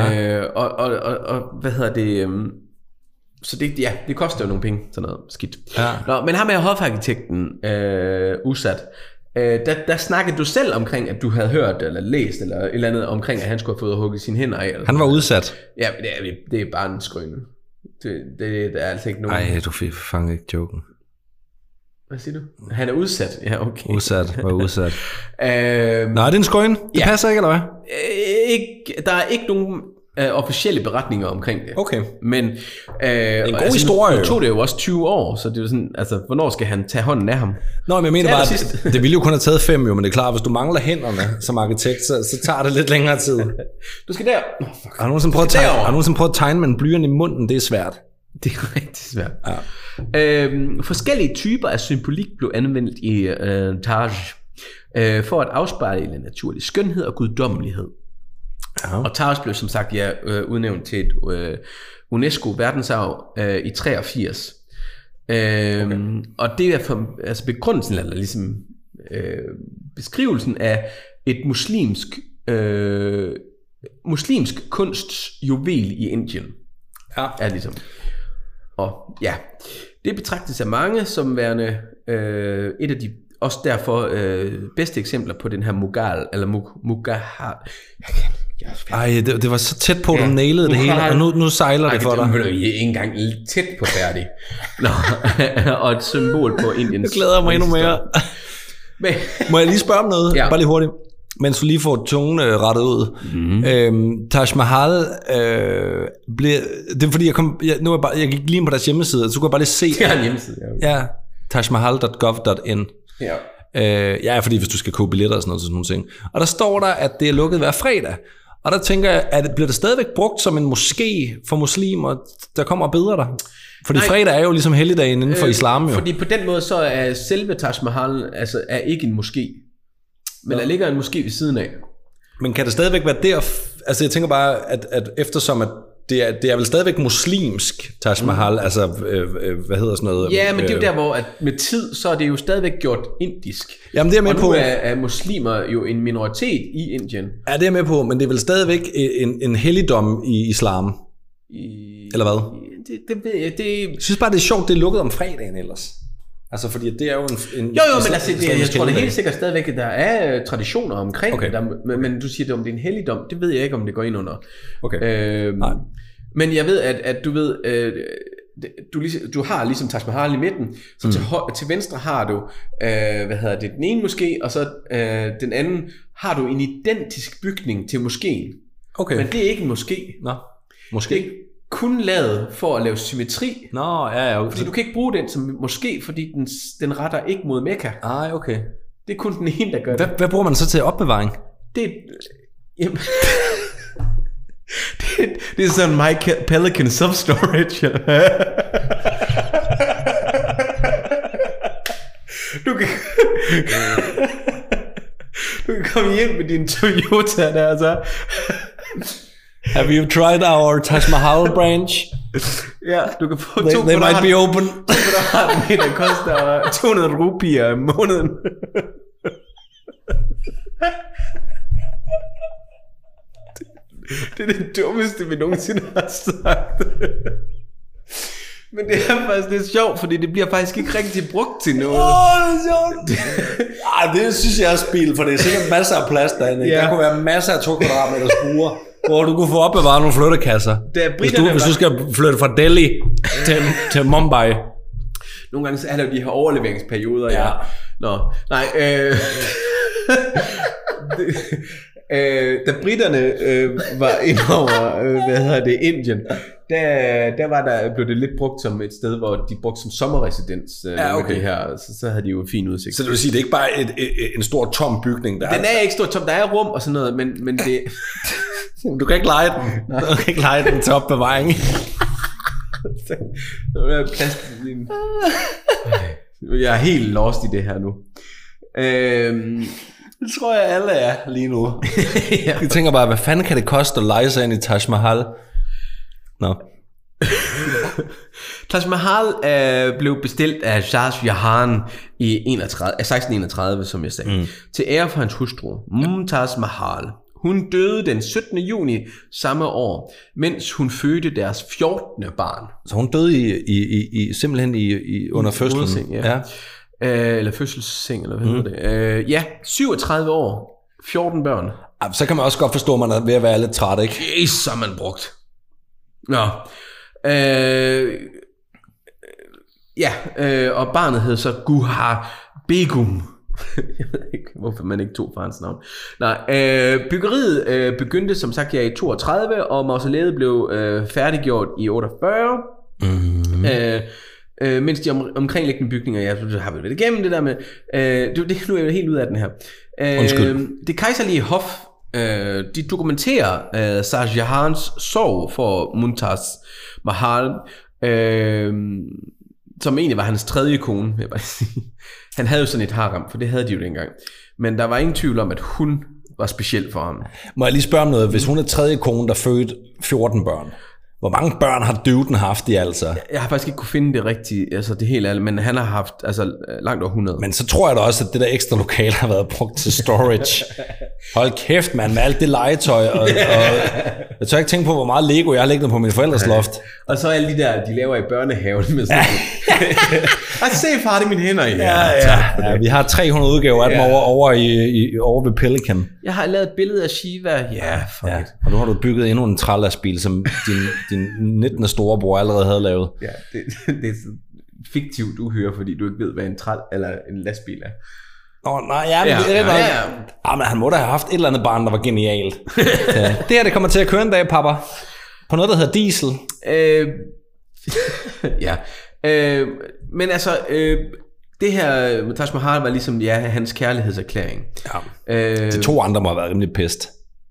S2: Så det koster jo nogle penge, sådan noget skidt. Nå, men ham her hofarkitekten Usat, der snakkede du selv omkring, at du havde hørt eller læst eller et eller andet omkring, at han skulle have fået hugget sine hænder af. Eller
S1: han var udsat.
S2: Ja, det er bare en skrøne. Det er altså ikke nogen...
S1: Nej, du fanger ikke joken.
S2: Hvad siger du? Han er udsat. Ja, okay.
S1: Udsat. Nej, det er en skrøne. Det passer ikke, eller hvad?
S2: Der er ikke nogen officielle beretninger omkring det.
S1: Okay.
S2: Men
S1: det er en god historie.
S2: Nu tog det jo også 20 år, så det er jo sådan, altså, hvornår skal han tage hånden af ham?
S1: Nå, men jeg mener bare, det ville jo kun have taget 5 jo, men det er klart, hvis du mangler hænderne som arkitekt, så tager det lidt længere tid.
S2: Du skal der.
S1: Har du nogensinde prøvet at tegne med en blyant i munden? Det er svært.
S2: Det er rigtig svært. Ja. Forskellige typer af symbolik blev anvendt i Taj for at afspejle naturlig skønhed og guddommelighed. Ja. Og Taj blev som sagt udnævnt til et UNESCO verdensarv i 83. Og det er altså begrundelsen eller ligesom beskrivelsen af et muslimsk kunstjuvel i Indien.
S1: Ja.
S2: Er ligesom. Og ja, det betragtes af mange som værende et af de også derfor bedste eksempler på den her Mughal eller Mughal.
S1: Ej, det var så tæt på, du nailede det hele, og nu sejler det for dig.
S2: Nu er ikke engang tæt på færdig. Og et symbol på Indiens...
S1: Jeg glæder mig endnu mere. Må jeg lige spørge om noget? Ja. Bare lige hurtigt. Mens du lige får tungen rettet ud. Mm-hmm. Taj Mahal det er fordi jeg gik lige ind på deres hjemmeside, så kunne jeg bare lige se.
S2: Det er en hjemmeside,
S1: ja. tajmahal.gov.in.
S2: Ja.
S1: Fordi hvis du skal købe billetter og sådan nogle ting. Og der står der, at det er lukket hver fredag. Og der tænker jeg, bliver det stadigvæk brugt som en moské for muslimer, der kommer og beder der? Fordi fredag er jo ligesom helligdagen inden for islam jo.
S2: Fordi på den måde så er selve Taj Mahal altså er ikke en moské. Men der ligger en moské ved siden af.
S1: Men kan det stadigvæk være der? Altså jeg tænker bare, at eftersom at det er vel stadigvæk muslimsk Taj Mahal, altså, hvad hedder sådan noget?
S2: Ja, men det er jo der, hvor at med tid, så er det jo stadigvæk gjort indisk.
S1: Jamen det er med på.
S2: Og nu er muslimer jo en minoritet i Indien.
S1: Ja, det er med på, men det er vel stadigvæk en helligdom i islam, eller hvad?
S2: Det ved jeg,
S1: Jeg synes bare, det er sjovt, det er lukket om fredagen ellers. Altså, fordi det er jo en
S2: Jo, men altså, jeg tror det helt sikkert stadigvæk, at der er traditioner omkring det. Men du siger, om det er en helligdom, det ved jeg ikke, om det går ind under.
S1: Okay. Nej.
S2: Men jeg ved, at du ved, du har ligesom Taj Mahal i midten, så til venstre har du, den ene moské, og så den anden har du en identisk bygning til moskéen.
S1: Okay.
S2: Men det er ikke en moské.
S1: Nå, måske.
S2: Det er kun lavet for at lave symmetri.
S1: Nå, ja. Okay.
S2: Fordi du kan ikke bruge den som moské, fordi den retter ikke mod Mekka.
S1: Okay.
S2: Det er kun den ene, der gør det.
S1: Hvad bruger man så til opbevaring?
S2: Jamen, det er sådan My Pelican Self-Storage. Du kan komme hjem med din Toyota der, så.
S1: Have you tried our Taj Mahal branch?
S2: Ja, du kan få
S1: they might be open.
S2: Der koster 200 rupier om måneden. Det er det dummeste, vi nogensinde har sagt. Men det er faktisk lidt sjovt, fordi det bliver faktisk ikke rigtig brugt til noget.
S1: Det er sjovt. Det synes jeg er spil, for det er sikkert masser af plads derinde. Ja. Der kunne være masser af 2 kvadratmeter skruer, hvor du kunne få opbevaret nogle flyttekasser. Hvis du skal flytte fra Delhi til Mumbai.
S2: Nogle gange så er der jo de her overleveringsperioder. Ja. Da britterne var indover Indien, der blev det lidt brugt som et sted, hvor de brugte som sommerresidens. Okay. Det her, så havde de jo en fin udsigt.
S1: Så det vil sige, det er ikke bare en stor tom bygning der?
S2: Den er ikke stor tom, der er rum og sådan noget, men det...
S1: Du kan ikke lege den. Du kan ikke lege den til opbevaring.
S2: Jeg er helt lost i det her nu.
S1: Det tror jeg alle er lige nu. Ja. Jeg tænker bare, hvad fanden kan det koste at lege sig ind i Taj Mahal? Nå.
S2: Taj Mahal blev bestilt af Shah Jahan i 1631, som jeg sagde, til ære for hans hustru, Mumtaz Mahal. Hun døde den 17. juni samme år, mens hun fødte deres 14. barn.
S1: Så hun døde simpelthen under fødslen?
S2: Ja. Eller fødselsseng, eller hvad hedder det? 37 år, 14 børn.
S1: Så kan man også godt forstå, at man er ved at være lidt træt, ikke?
S2: Så er man brugt. Nå. Og barnet hed så Guhar Begum. Jeg ved ikke, hvorfor man ikke tog farens navn. Byggeriet begyndte som sagt i 32, og mausoleet blev færdiggjort i 48. Mens de omkringliggende bygninger, jeg har været igennem det der med, nu er jeg helt ud af den her. Det kejserlige hof, de dokumenterer Shah Jahans sorg for Mumtaz Mahal, som egentlig var hans 3. kone, vil jeg bare sige. Han havde jo sådan et harem, for det havde de jo dengang. Men der var ingen tvivl om, at hun var speciel for ham.
S1: Må jeg lige spørge om noget? Hvis hun er 3. kone, der fødte 14 børn, hvor mange børn har døden haft i altså?
S2: Jeg har faktisk ikke kunne finde det rigtigt, altså det helt ærligt, men han har haft langt over 100.
S1: Men så tror jeg da også, at det der ekstra lokale har været brugt til storage. Hold kæft, mand, med alt det legetøj. Og jeg tør ikke tænke på, hvor meget Lego jeg har liggende på min forældres loft.
S2: Og så alle de der, de laver i børnehaven med sådan se far, det er mine hænder i.
S1: Ja, vi har 300 udgaver af dem over ved Pelican.
S2: Jeg har lavet et billede af Shiva.
S1: Og nu har du bygget endnu en trælastbil, som din 19. storebror allerede havde lavet.
S2: Ja, det er så fiktivt uhyre, fordi du ikke ved, hvad en træl eller en lastbil er.
S1: Men han må da have haft et eller andet barn, der var genialt. Det her, det kommer til at køre en dag, pappa. På noget, der hedder diesel. Men
S2: altså, det her med Taj Mahal var ligesom, hans kærlighedserklæring.
S1: De 2 andre må have været rimelig pest.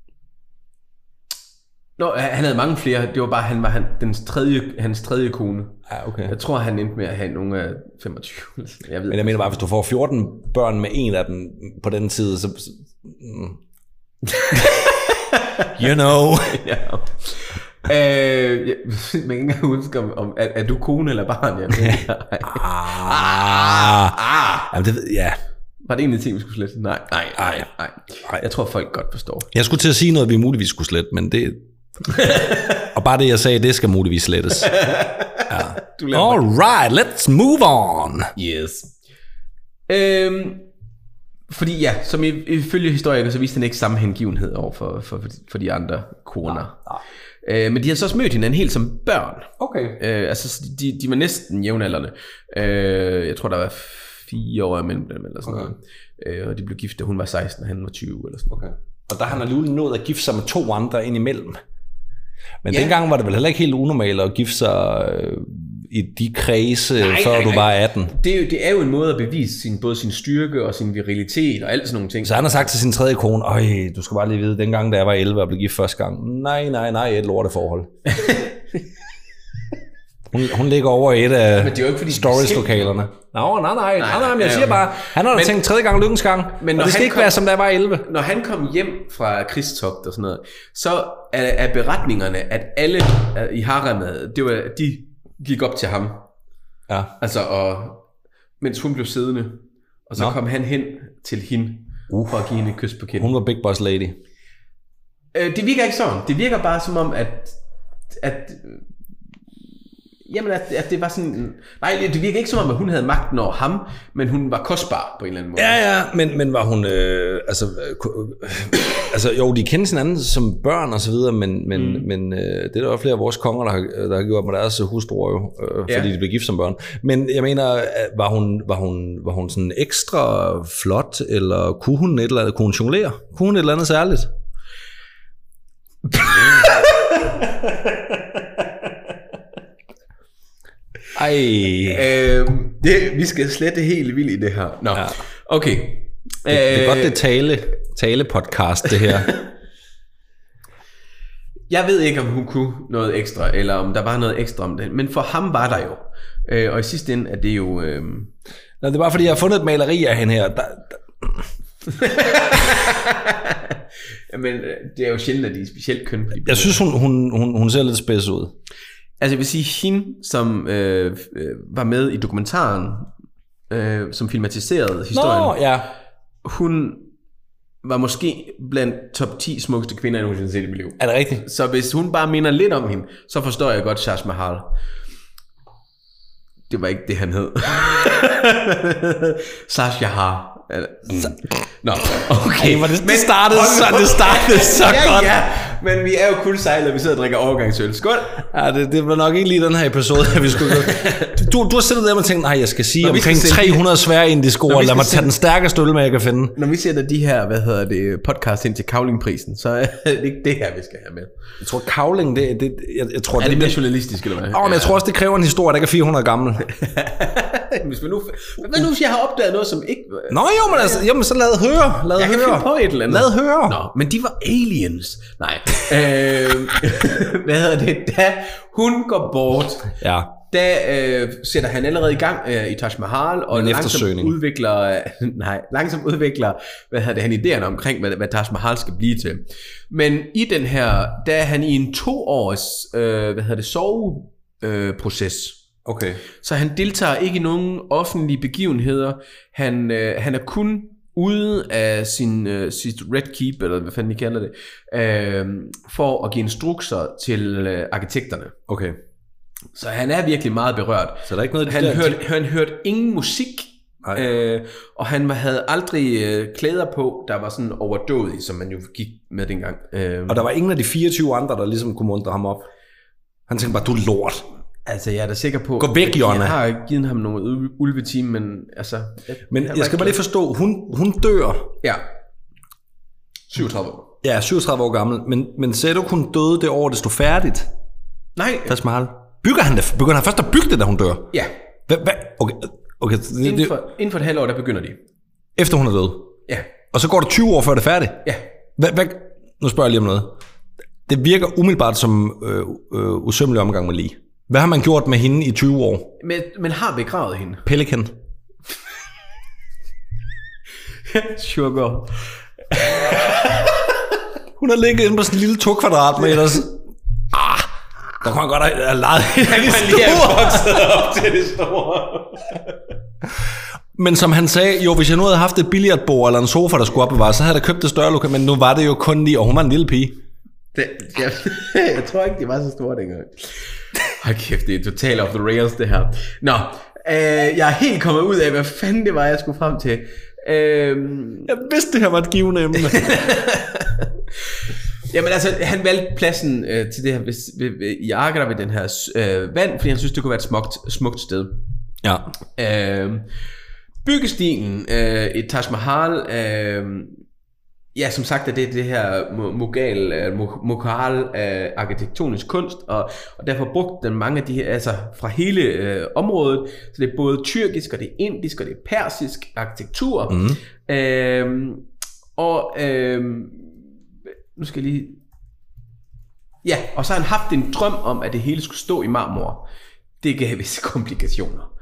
S2: Han havde mange flere. Det var bare, han var hans 3. kone.
S1: Ja, okay.
S2: Jeg tror, han endte med at have nogle af 25.
S1: Men jeg mener bare, hvis du får 14 børn med en af dem på den tid, så... You know.
S2: Man kan ikke engang huske, om er du kone eller barn?
S1: Jamen, det ved jeg.
S2: Var det egentlig ting, vi skulle slette? Nej. Jeg tror, folk godt forstår.
S1: Jeg skulle til at sige noget, vi muligvis skulle slette, men det... Og bare det, jeg sagde, det skal muligvis slettes. Ja. Alright, let's move on.
S2: Yes. Fordi ja, som ifølge historikere, så viste han ikke samme hengivenhed over for de andre koner. Men de har så også mødt hinanden helt som børn.
S1: Okay.
S2: Altså, de var næsten jævnaldrende. Jeg tror, der var 4 år imellem dem, eller sådan noget. Og de blev gift, da hun var 16, og han var 20, eller sådan noget.
S1: Okay. Og der har han alligevel nået at gifte sig med 2 andre ind imellem. Men dengang var det vel heller ikke helt unormalt at gifte sig i de kredse, før du var 18.
S2: Det er jo en måde at bevise både sin styrke og sin virilitet og alt sådan nogle ting.
S1: Så han har sagt til sin tredje kone, du skal bare lige vide, dengang da jeg var 11 og blev gift første gang, nej, et lorteforhold. Hun ligger over i et af stories-lokalerne. Nej, men jeg siger bare, han har da tænkt 3. gang lykkens gang, men og det skal ikke være som da jeg var 11.
S2: Når han kom hjem fra krigstogt og sådan noget, så er beretningerne, at alle i haremmet, de gik op til ham. Ja. Altså, og mens hun blev siddende, og så kom han hen til hende for at give hende et kys på kinden.
S1: Hun var big boss lady.
S2: Det virker ikke sådan. Det virker bare som om, at det var sådan... Nej, det virker ikke som om, at hun havde magten over ham, men hun var kostbar på en eller anden måde.
S1: Ja, men var hun... jo, de kendte hinanden som børn og så videre, men det er der flere af vores konger, der har gjort med deres hustruer jo, fordi de blev gift som børn. Men jeg mener, var hun sådan ekstra flot, eller kunne hun et eller andet, kunne hun jonglere? Kunne hun et eller andet særligt?
S2: Vi skal slette helt vildt i det her. Nå, ja. Okay.
S1: Det er godt, det tale-podcast, det her.
S2: Jeg ved ikke, om hun kunne noget ekstra, eller om der var noget ekstra om det, men for ham var der jo. Og i sidste ende er det jo...
S1: Nå, det er bare fordi, jeg har fundet et maleri af hende her.
S2: Men det er jo sjældent, at de er specielt køn.
S1: Jeg synes, hun ser lidt spids ud.
S2: Altså jeg vil sige, hende, som var med i dokumentaren, som filmatiserede historien, hun var måske blandt top 10 smukkeste kvinder, jeg nogensinde set i mit liv.
S1: Er det rigtigt?
S2: Så hvis hun bare minder lidt om hende, så forstår jeg godt Taj Mahal. Det var ikke det, han hed. Sash Yahar. Nå, okay.
S1: Det startede så godt.
S2: Ja, men vi er jo kuldsejlere, vi sidder og drikker overgangsøl. Skål.
S1: Ja, det var nok ikke lige den her episode, at vi skulle... Du har siddet der og tænkt, nej, jeg skal sige omkring 300 svære indiske ord. Lad mig tage den stærkeste øl med, jeg kan finde.
S2: Når vi sætter de her, podcast ind til Cowling-prisen, så er det ikke det her, vi skal have med.
S1: Jeg tror, Cowling, jeg tror...
S2: Er det mere journalistisk, eller hvad?
S1: Men jeg tror også, det kræver en historie, der ikke er 400 gammel.
S2: Hvis man nu... Hvad nu, hvis jeg har opdaget noget, som ikke...
S1: Nå jo, men altså, jamen, så lad høre.
S2: Jeg kan finde på et eller andet.
S1: Lad høre.
S2: Nå, men de var aliens. Nej. Hvad hedder det? Da hun går bort, der sætter han allerede i gang i Taj Mahal, og langsomt udvikler, hvad hedder det, han idéerne omkring, hvad Taj Mahal skal blive til. Men i den her, der er han i en 2-års, soveproces.
S1: Okay.
S2: Så han deltager ikke i nogen offentlige begivenheder. Han er kun ude af sit Red Keep, eller hvad fanden de kalder det, for at give instrukser til arkitekterne.
S1: Okay.
S2: Så han er virkelig meget berørt.
S1: Så der er ikke noget,
S2: han hørte ingen musik, og han havde aldrig klæder på, der var sådan overdådige, som man jo gik med dengang.
S1: Og der var ingen af de 24 andre, der ligesom kunne muntre ham op. Han tænkte bare, du er lort.
S2: Altså, jeg er da sikker på...
S1: Gå væk, Jonna.
S2: Jeg har givet ham nogle ulvetime, men altså...
S1: Jeg skal bare lige forstå, hun dør...
S2: Ja. 37 år.
S1: Ja, 37 år gammel. Men sagde du, hun døde det år, det stod færdigt?
S2: Nej.
S1: Taj Mahal. Bygger han først at bygge det, da hun dør?
S2: Ja.
S1: Hvad? Okay.
S2: Inden for et halvt år, der begynder de.
S1: Efter hun er død?
S2: Ja.
S1: Og så går der 20 år, før det er færdigt?
S2: Ja.
S1: Nu spørger jeg lige om noget. Det virker umiddelbart som usømmelig omgang med lige. Hvad har man gjort med hende i 20 år?
S2: Men har begravet hende.
S1: Pelikan.
S2: Sugar.
S1: Hun har ligget inde på sådan en lille 2 kvadratmeter. Der kunne han godt have lejet
S2: op til det store.
S1: Men som han sagde, jo, hvis jeg nu havde haft et billiardbord eller en sofa, der skulle opbevares, så havde jeg købt det større lokal, men nu var det jo kun lige, og hun var en lille pige.
S2: Jeg tror ikke, det var så stort dengang. Hold kæft, det er totalt off the rails, det her. Nå, jeg er helt kommet ud af, hvad fanden det var, jeg skulle frem til.
S1: Jeg vidste, det her var et givende emne.
S2: Jamen altså, han valgte pladsen til det her i Agra ved den her vand, fordi han synes, det kunne være et smukt sted.
S1: Ja.
S2: Byggestilen, et Taj Mahal, ja, som sagt er det her Mughal arkitektonisk kunst, og derfor brugte den mange af de her, altså fra hele området, så det er både tyrkisk, og det er indisk, og det er persisk arkitektur, nu skal jeg lige, ja, og så har han haft en drøm om, at det hele skulle stå i marmor. Det gav visse komplikationer.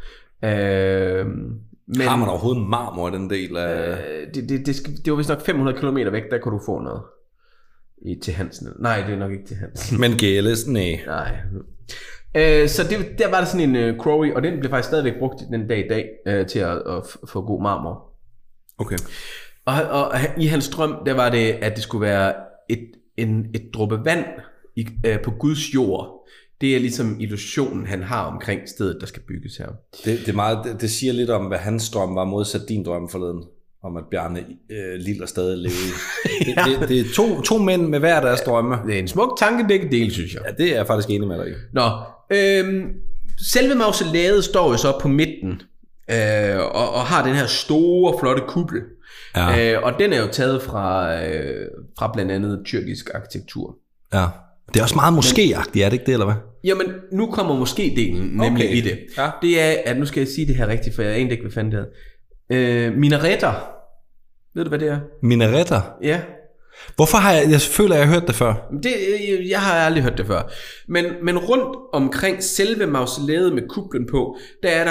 S2: Men,
S1: har man overhovedet marmor i den del af...
S2: det var vist nok 500 km væk, der kunne du få noget til Hansen. Nej, det er nok ikke til Hansen.
S1: Men GLS, nej.
S2: Så der var der sådan en Crowley, og den blev faktisk stadigvæk brugt den dag i dag til at få god marmor.
S1: Okay.
S2: Og i hans drøm, der var det, at det skulle være et dråbe vand på Guds jord. Det er ligesom illusionen, han har omkring stedet, der skal bygges her.
S1: Det siger lidt om, hvad hans drøm var, modsat din drøm forleden, om at Bjarne Liller stadig levede i. Det er to mænd med hver deres drømme.
S2: Det er en smuk tanke, begge dele, synes jeg.
S1: Ja, det er jeg faktisk enig med dig i.
S2: Nå, selve mausolæet står jo så på midten, og har den her store, flotte kuppel. Ja. Og den er jo taget fra blandt andet tyrkisk arkitektur.
S1: Ja. Det er også meget måske-agtigt, er det ikke det, eller hvad?
S2: Jamen, nu kommer måske-delen nemlig i det. Ja. Det er, at nu skal jeg sige det her rigtigt, for jeg egentlig ikke, hvad fanden det hedder. Minaretter. Ved du, hvad det er?
S1: Minaretter?
S2: Ja.
S1: Hvorfor har jeg føler, jeg har hørt det før?
S2: Jeg har aldrig hørt det før. Men rundt omkring selve mausolæet med kuplen på, der er der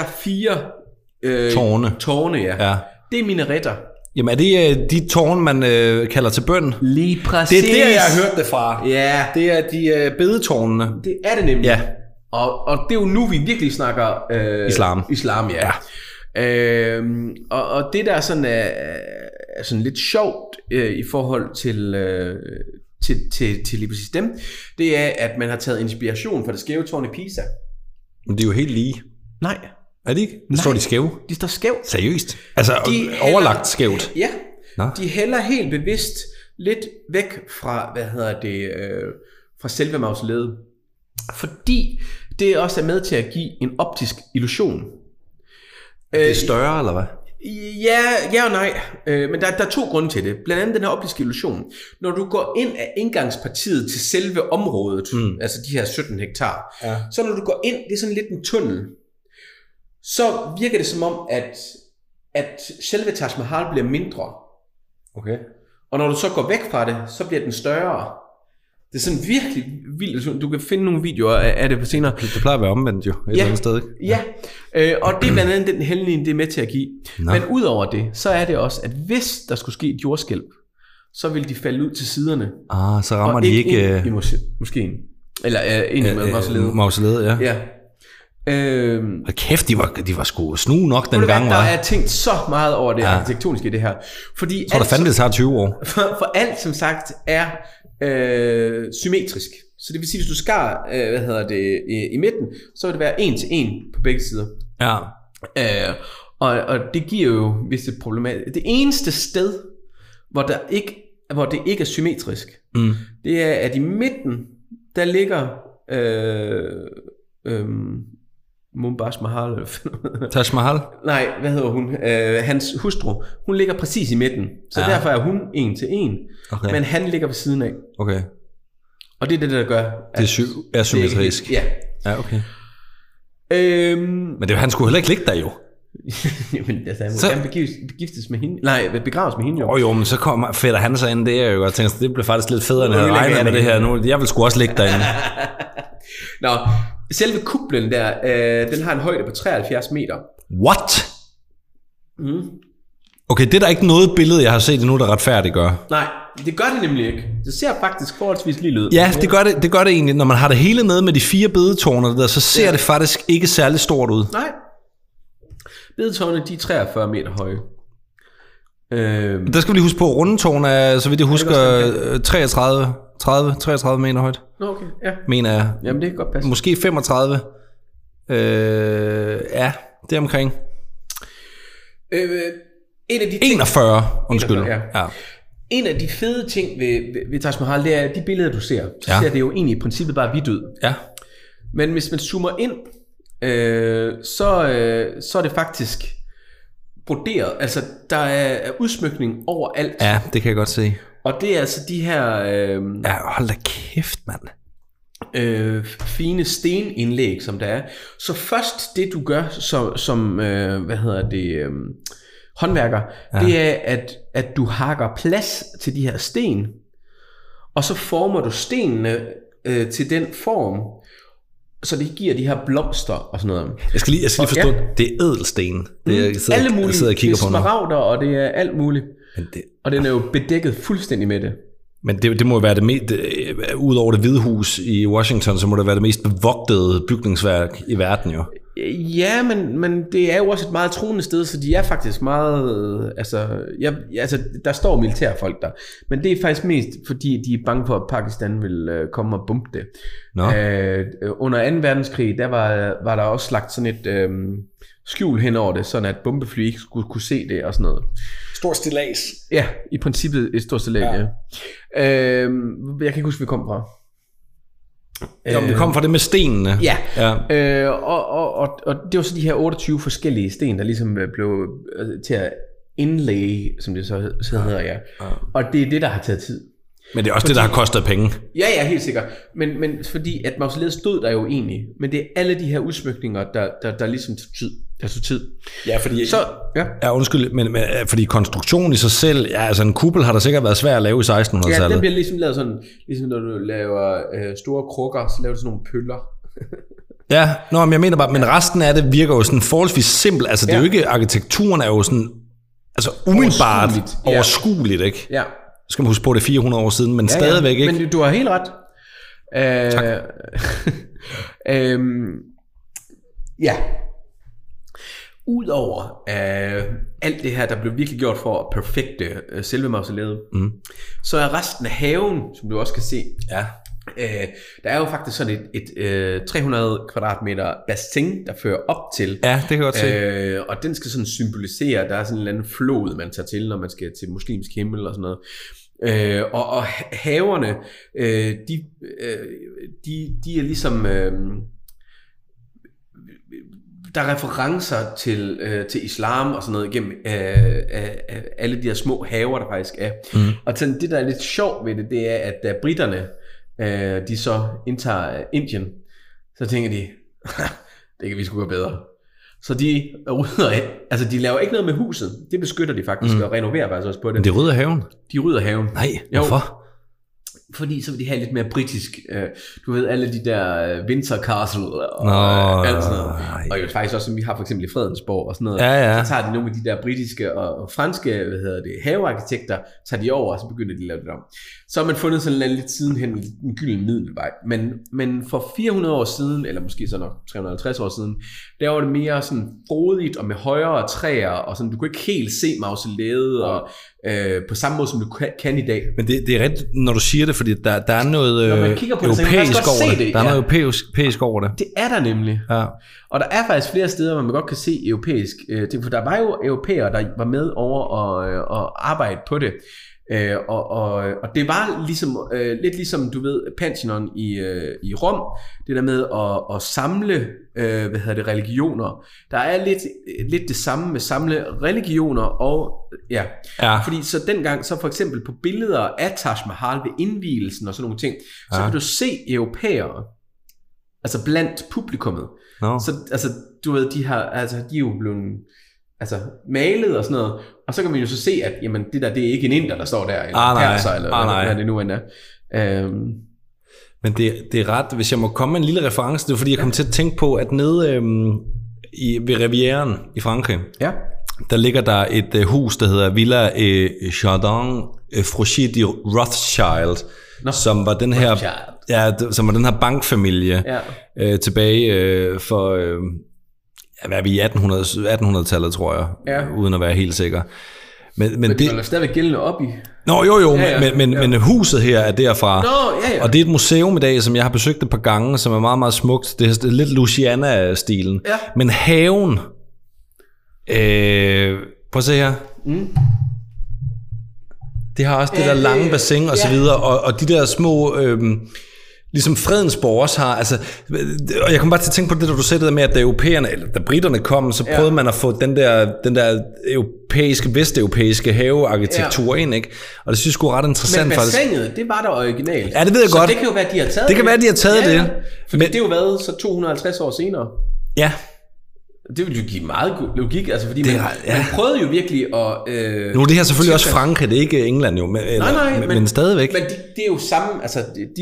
S2: 4 tårne, ja. Det er minaretter.
S1: Jamen er det de tårne, man kalder til bøn?
S2: Lige præcis.
S1: Det er der, jeg har hørt det fra.
S2: Ja.
S1: Det er de bedetårnene.
S2: Det er det nemlig.
S1: Ja.
S2: Og det er jo nu, vi virkelig snakker Islam, ja. Og det der sådan er sådan lidt sjovt i forhold til lige præcis dem, det er, at man har taget inspiration fra det skæve tårn i Pisa.
S1: Men det er jo helt lige.
S2: Nej.
S1: Er det ikke? Står de skæve?
S2: De står skævt.
S1: Seriøst? Altså overlagt skævt?
S2: Ja. Nå. De hælder helt bevidst lidt væk fra, fra selve mausolæet. Fordi det også er med til at give en optisk illusion.
S1: Det er større, eller hvad?
S2: Ja og nej. Men der er 2 grunde til det. Blandt andet den her optiske illusion. Når du går ind af indgangspartiet til selve området, altså de her 17 hektar, så når du går ind, det er sådan lidt en tunnel, så virker det som om, at selve Taj Mahal bliver mindre.
S1: Okay.
S2: Og når du så går væk fra det, så bliver den større. Det er sådan virkelig vildt. Du kan finde nogle videoer af det på senere.
S1: Det plejer at være omvendt jo, et eller andet sted, ikke?
S2: Ja, og det er blandt andet den helliglige, det er med til at give. Nå. Men udover det, så er det også, at hvis der skulle ske et jordskælv, så vil de falde ud til siderne.
S1: Så rammer de ikke
S2: i moskeen. Eller ind i
S1: mausolæet, ja. Og kæft, de var sgu snue nok den gang.
S2: Der er tænkt så meget over det arkitektoniske i det her. Fordi
S1: så der fandme, det tager 20 år.
S2: For alt, som sagt, er symmetrisk. Så det vil sige, hvis du skar i midten, så vil det være 1 til 1 på begge sider.
S1: Ja.
S2: Og det giver jo visse problemer. Det eneste sted, hvor det ikke er symmetrisk, det er, at i midten, der ligger Mumtaz Mahal.
S1: Taj Mahal?
S2: Nej, hvad hedder hun? Hans hustru. Hun ligger præcis i midten. Så derfor er hun 1 til 1. Okay. Men han ligger ved siden af.
S1: Okay.
S2: Og det er det, der gør, at
S1: det er symmetrisk.
S2: Ja,
S1: okay. Men han skulle heller ikke ligge der jo.
S2: Jamen, altså, han må gerne begiftes med hende. Nej, begraves med hende jo.
S1: Jo, men så fætter han sig ind. Det er jo godt tænkt, det bliver faktisk lidt federe, end jeg havde regnet med det her nu. Jeg vil sgu også ligge derinde.
S2: Nå, selve kuplen der, den har en højde på 73 meter.
S1: What? Okay, det er der ikke noget billede, jeg har set endnu, der retfærdiggør.
S2: Nej, det gør det nemlig ikke. Det ser faktisk forholdsvis lige ud.
S1: Ja, det gør det egentlig. Når man har det hele med de 4 bedetårne der, så ser det faktisk ikke særlig stort ud.
S2: Nej. Bedetårne, de er 43 meter høje.
S1: Der skal vi lige huske på, rundetårn er, så vidt jeg husker, 33 meter højt.
S2: Nå, okay, ja.
S1: Mener jeg.
S2: Jamen, det kan godt passe.
S1: Måske 35. Ja, det er omkring.
S2: En af de
S1: 41, undskyld.
S2: 41, ja. En af de fede ting ved Taj Mahal, det er de billeder, du ser. Så ser det jo egentlig i princippet bare hvidt ud.
S1: Ja.
S2: Men hvis man zoomer ind, så er det faktisk broderet. Altså, der er udsmykning overalt.
S1: Ja, det kan jeg godt se.
S2: Og det er altså de her...
S1: ja, hold da kæft, mand.
S2: Fine stenindlæg, som der er. Så først det, du gør som håndværker, det er, at du hakker plads til de her sten, og så former du stenene til den form, så det giver de her blomster og sådan noget.
S1: Jeg skal lige forstå, det er ædelsten. Det er,
S2: alle mulige.
S1: Det er
S2: smaragder, og det er alt muligt. Og den er jo bedækket fuldstændig med det.
S1: Men det må være det mest, ud over det Hvide Hus i Washington, så må det være det mest bevogtede bygningsværk i verden jo.
S2: Ja, men det er jo også et meget truende sted, så de er faktisk meget, der står militærfolk der, men det er faktisk mest fordi de er bange for, at Pakistan vil komme og bombe det. Under 2. verdenskrig, der var der også lagt sådan et skjul hen over det, sådan at bombefly ikke skulle kunne se det og sådan noget.
S1: Stor stillads.
S2: Ja, i princippet et stort stillads, ja. Jeg kan ikke huske, vi kom fra.
S1: Vi kom fra det med stenene.
S2: Ja. Og det var så de her 28 forskellige sten, der ligesom blev til at indlægge, som det så hedder, ja. Og det er det, der har taget tid.
S1: Men det er også det, der har kostet penge.
S2: Ja, helt sikkert. Men fordi at mausoleet stod der jo egentlig, men det er alle de her udsmykninger, der ligesom tog tid.
S1: Ja, fordi undskyld, men fordi konstruktionen i sig selv, ja, altså en kuppel har der sikkert været svær at lave i 1600-tallet.
S2: Ja, den bliver ligesom lavet sådan, ligesom når du laver store krukker, så laver du sådan nogle pøller.
S1: Ja, men jeg mener bare, men resten af det virker jo sådan forholdsvis simpelt. Altså det er jo ikke, arkitekturen er jo sådan, altså umiddelbart overskueligt, ikke?
S2: Ja.
S1: Så skal man huske på, det 400 år siden, men stadigvæk ikke.
S2: Men du har helt ret.
S1: Tak.
S2: Ja. Udover alt det her, der blev virkelig gjort for at perfekte selve mausoleet, så er resten af haven, som du også kan se, der er jo faktisk sådan et 300 kvadratmeter bassin, der fører op til.
S1: Ja, det kan jeg godt se.
S2: Og den skal sådan symbolisere, der er sådan en eller anden flod, man tager til, når man skal til muslimsk himmel og sådan noget. Og haverne, de er ligesom... der er referencer til islam og sådan noget igennem alle de her små haver, der faktisk er. Og sådan, det, der er lidt sjovt ved det er, at da britterne de så indtager Indien, så tænker de, det kan vi sgu gøre bedre. Så de rydder, altså de laver ikke noget med huset, det beskytter de faktisk og renoverer faktisk også på det.
S1: Men de rydder haven?
S2: De rydder haven.
S1: Nej, hvorfor?
S2: Fordi så vil de have lidt mere britisk, du ved, alle de der Windsor Castle og alt sådan noget. Og jo faktisk også, som vi har for eksempel i Fredensborg og sådan noget.
S1: Ja.
S2: Så tager de nogle af de der britiske og franske, havearkitekter, tager de over, og så begynder de at lave det om. Så har man fundet sådan lidt sidenhen en gylden middelvej. Men for 400 år siden, eller måske så nok 350 år siden, der var det mere sådan frodigt og med højere træer, og sådan, du kunne ikke helt se mausoleet og på samme måde, som du kan i dag.
S1: Men det er rigtigt, når du siger det, fordi der er noget europæisk over det. Der er noget europæisk over det.
S2: Det er der nemlig.
S1: Ja.
S2: Og der er faktisk flere steder, hvor man godt kan se europæisk ting, for der var jo europæere, der var med over og arbejde på det. Og det var ligesom lidt ligesom du ved Pantheon i Rom, det der med at samle religioner. Der er lidt det samme med samle religioner og fordi så dengang så for eksempel på billeder af Taj Mahal ved indvielsen og sådan nogle ting, så kan du se europæere altså blandt publikummet. Så altså du ved de er jo blevet malet og sådan noget, og så kan man jo så se, at jamen, det er ikke en inder, der står der, eller perser, eller hvad det nu end er.
S1: Men det er ret, hvis jeg må komme med en lille reference, det er fordi, jeg kom til at tænke på, at nede ved Rivieren i Frankrig, der ligger der et hus, der hedder Villa Jardin Froschi de Rothschild, som var den her, som var den her bankfamilie tilbage for hvad er vi i 1800-tallet, tror jeg, uden at være helt sikker. Men
S2: det er stadigvæk gældende op i.
S1: Nå, jo. Men huset her er derfra. Og det er et museum i dag, som jeg har besøgt et par gange, som er meget, meget smukt. Det er lidt Louisiana-stilen. Ja. Men haven... prøv at se her. Det har også det der lange bassin og så videre. Og de der små... ligesom Fredensborg også har, altså, og jeg kom bare til at tænke på det, da du sagde det med, at da britterne kom, så prøvede man at få den der vesteuropæiske havearkitektur ind, ikke? Og det synes jeg sgu ret interessant.
S2: Men bassinet, det var der originalt.
S1: Ja, det ved jeg godt.
S2: Så det kan jo være, de har taget
S1: det. Kan være, de har taget det.
S2: For det er jo været så 250 år senere.
S1: Ja.
S2: Det ville jo give meget god logik, altså fordi man prøvede jo virkelig at...
S1: nu er det her selvfølgelig også Frankrig, det er ikke England jo, men stadigvæk.
S2: Men det er jo samme, altså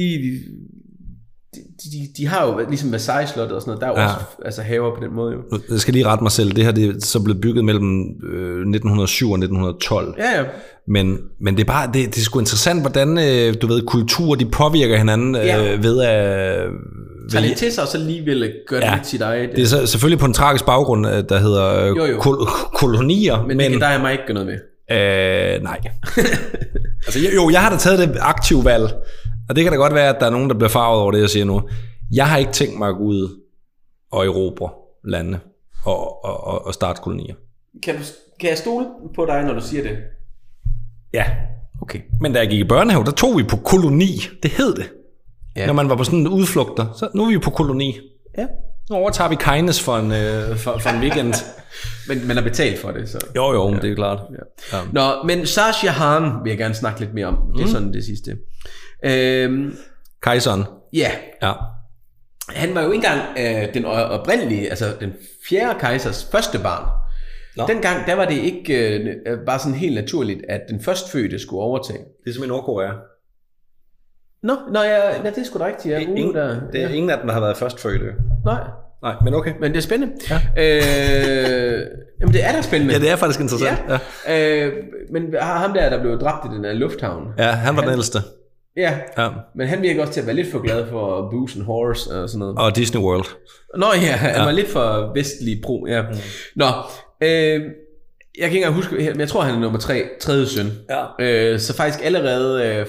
S2: de har jo ligesom Versailles-slottet og sådan noget, der er jo også altså, haver på den måde jo.
S1: Jeg skal lige rette mig selv, det her det er så blevet bygget mellem 1907 og 1912.
S2: Ja.
S1: Men det er bare, det er sgu interessant, hvordan du ved, kulturer de påvirker hinanden ved at...
S2: Tag det til sig, og så lige vil gøre det lidt sit eget.
S1: Det er selvfølgelig på en tragisk baggrund, der hedder kolonier.
S2: Men det kan der mig ikke gøre noget med.
S1: Nej. Altså, jeg har da taget det aktive valg, og det kan da godt være, at der er nogen, der bliver farvet over det, jeg siger nu. Jeg har ikke tænkt mig at gå ud og erobre lande og starte kolonier.
S2: Kan jeg stole på dig, når du siger det?
S1: Ja.
S2: Okay.
S1: Men da jeg gik i børnehave, der tog vi på koloni. Det hed det. Ja. Når man var på sådan en udflugter, så nu er vi på koloni.
S2: Ja.
S1: Nu overtager vi kindness for en weekend.
S2: Men man har betalt for det, så...
S1: Jo, det er klart.
S2: Ja. Nå, men Shah Jahan vil jeg gerne snakke lidt mere om. Det er sådan det sidste.
S1: Kejseren.
S2: Ja. Han var jo ikke engang den oprindelige, altså den fjerde kejsers første barn. Dengang, der var det ikke bare sådan helt naturligt, at den førstfødte skulle overtage.
S1: Det er som i Nordkorea.
S2: Nå, det er sgu da rigtigt.
S1: Det er ingen af dem, der har været førstfødte. Nej, men okay.
S2: Men det er spændende. Jamen det er da spændende.
S1: Ja, det er faktisk interessant. Ja.
S2: Men ham der blev dræbt i den her lufthavn.
S1: Ja, han var den ældste.
S2: Ja, men han virker også til at være lidt for glad for Booze and Horse og sådan noget.
S1: Og Disney World.
S2: Nå ja, han var lidt for vestlig pro. Ja. Nå, jeg kan ikke engang huske, men jeg tror han er nummer 3. søn. Ja. Så faktisk allerede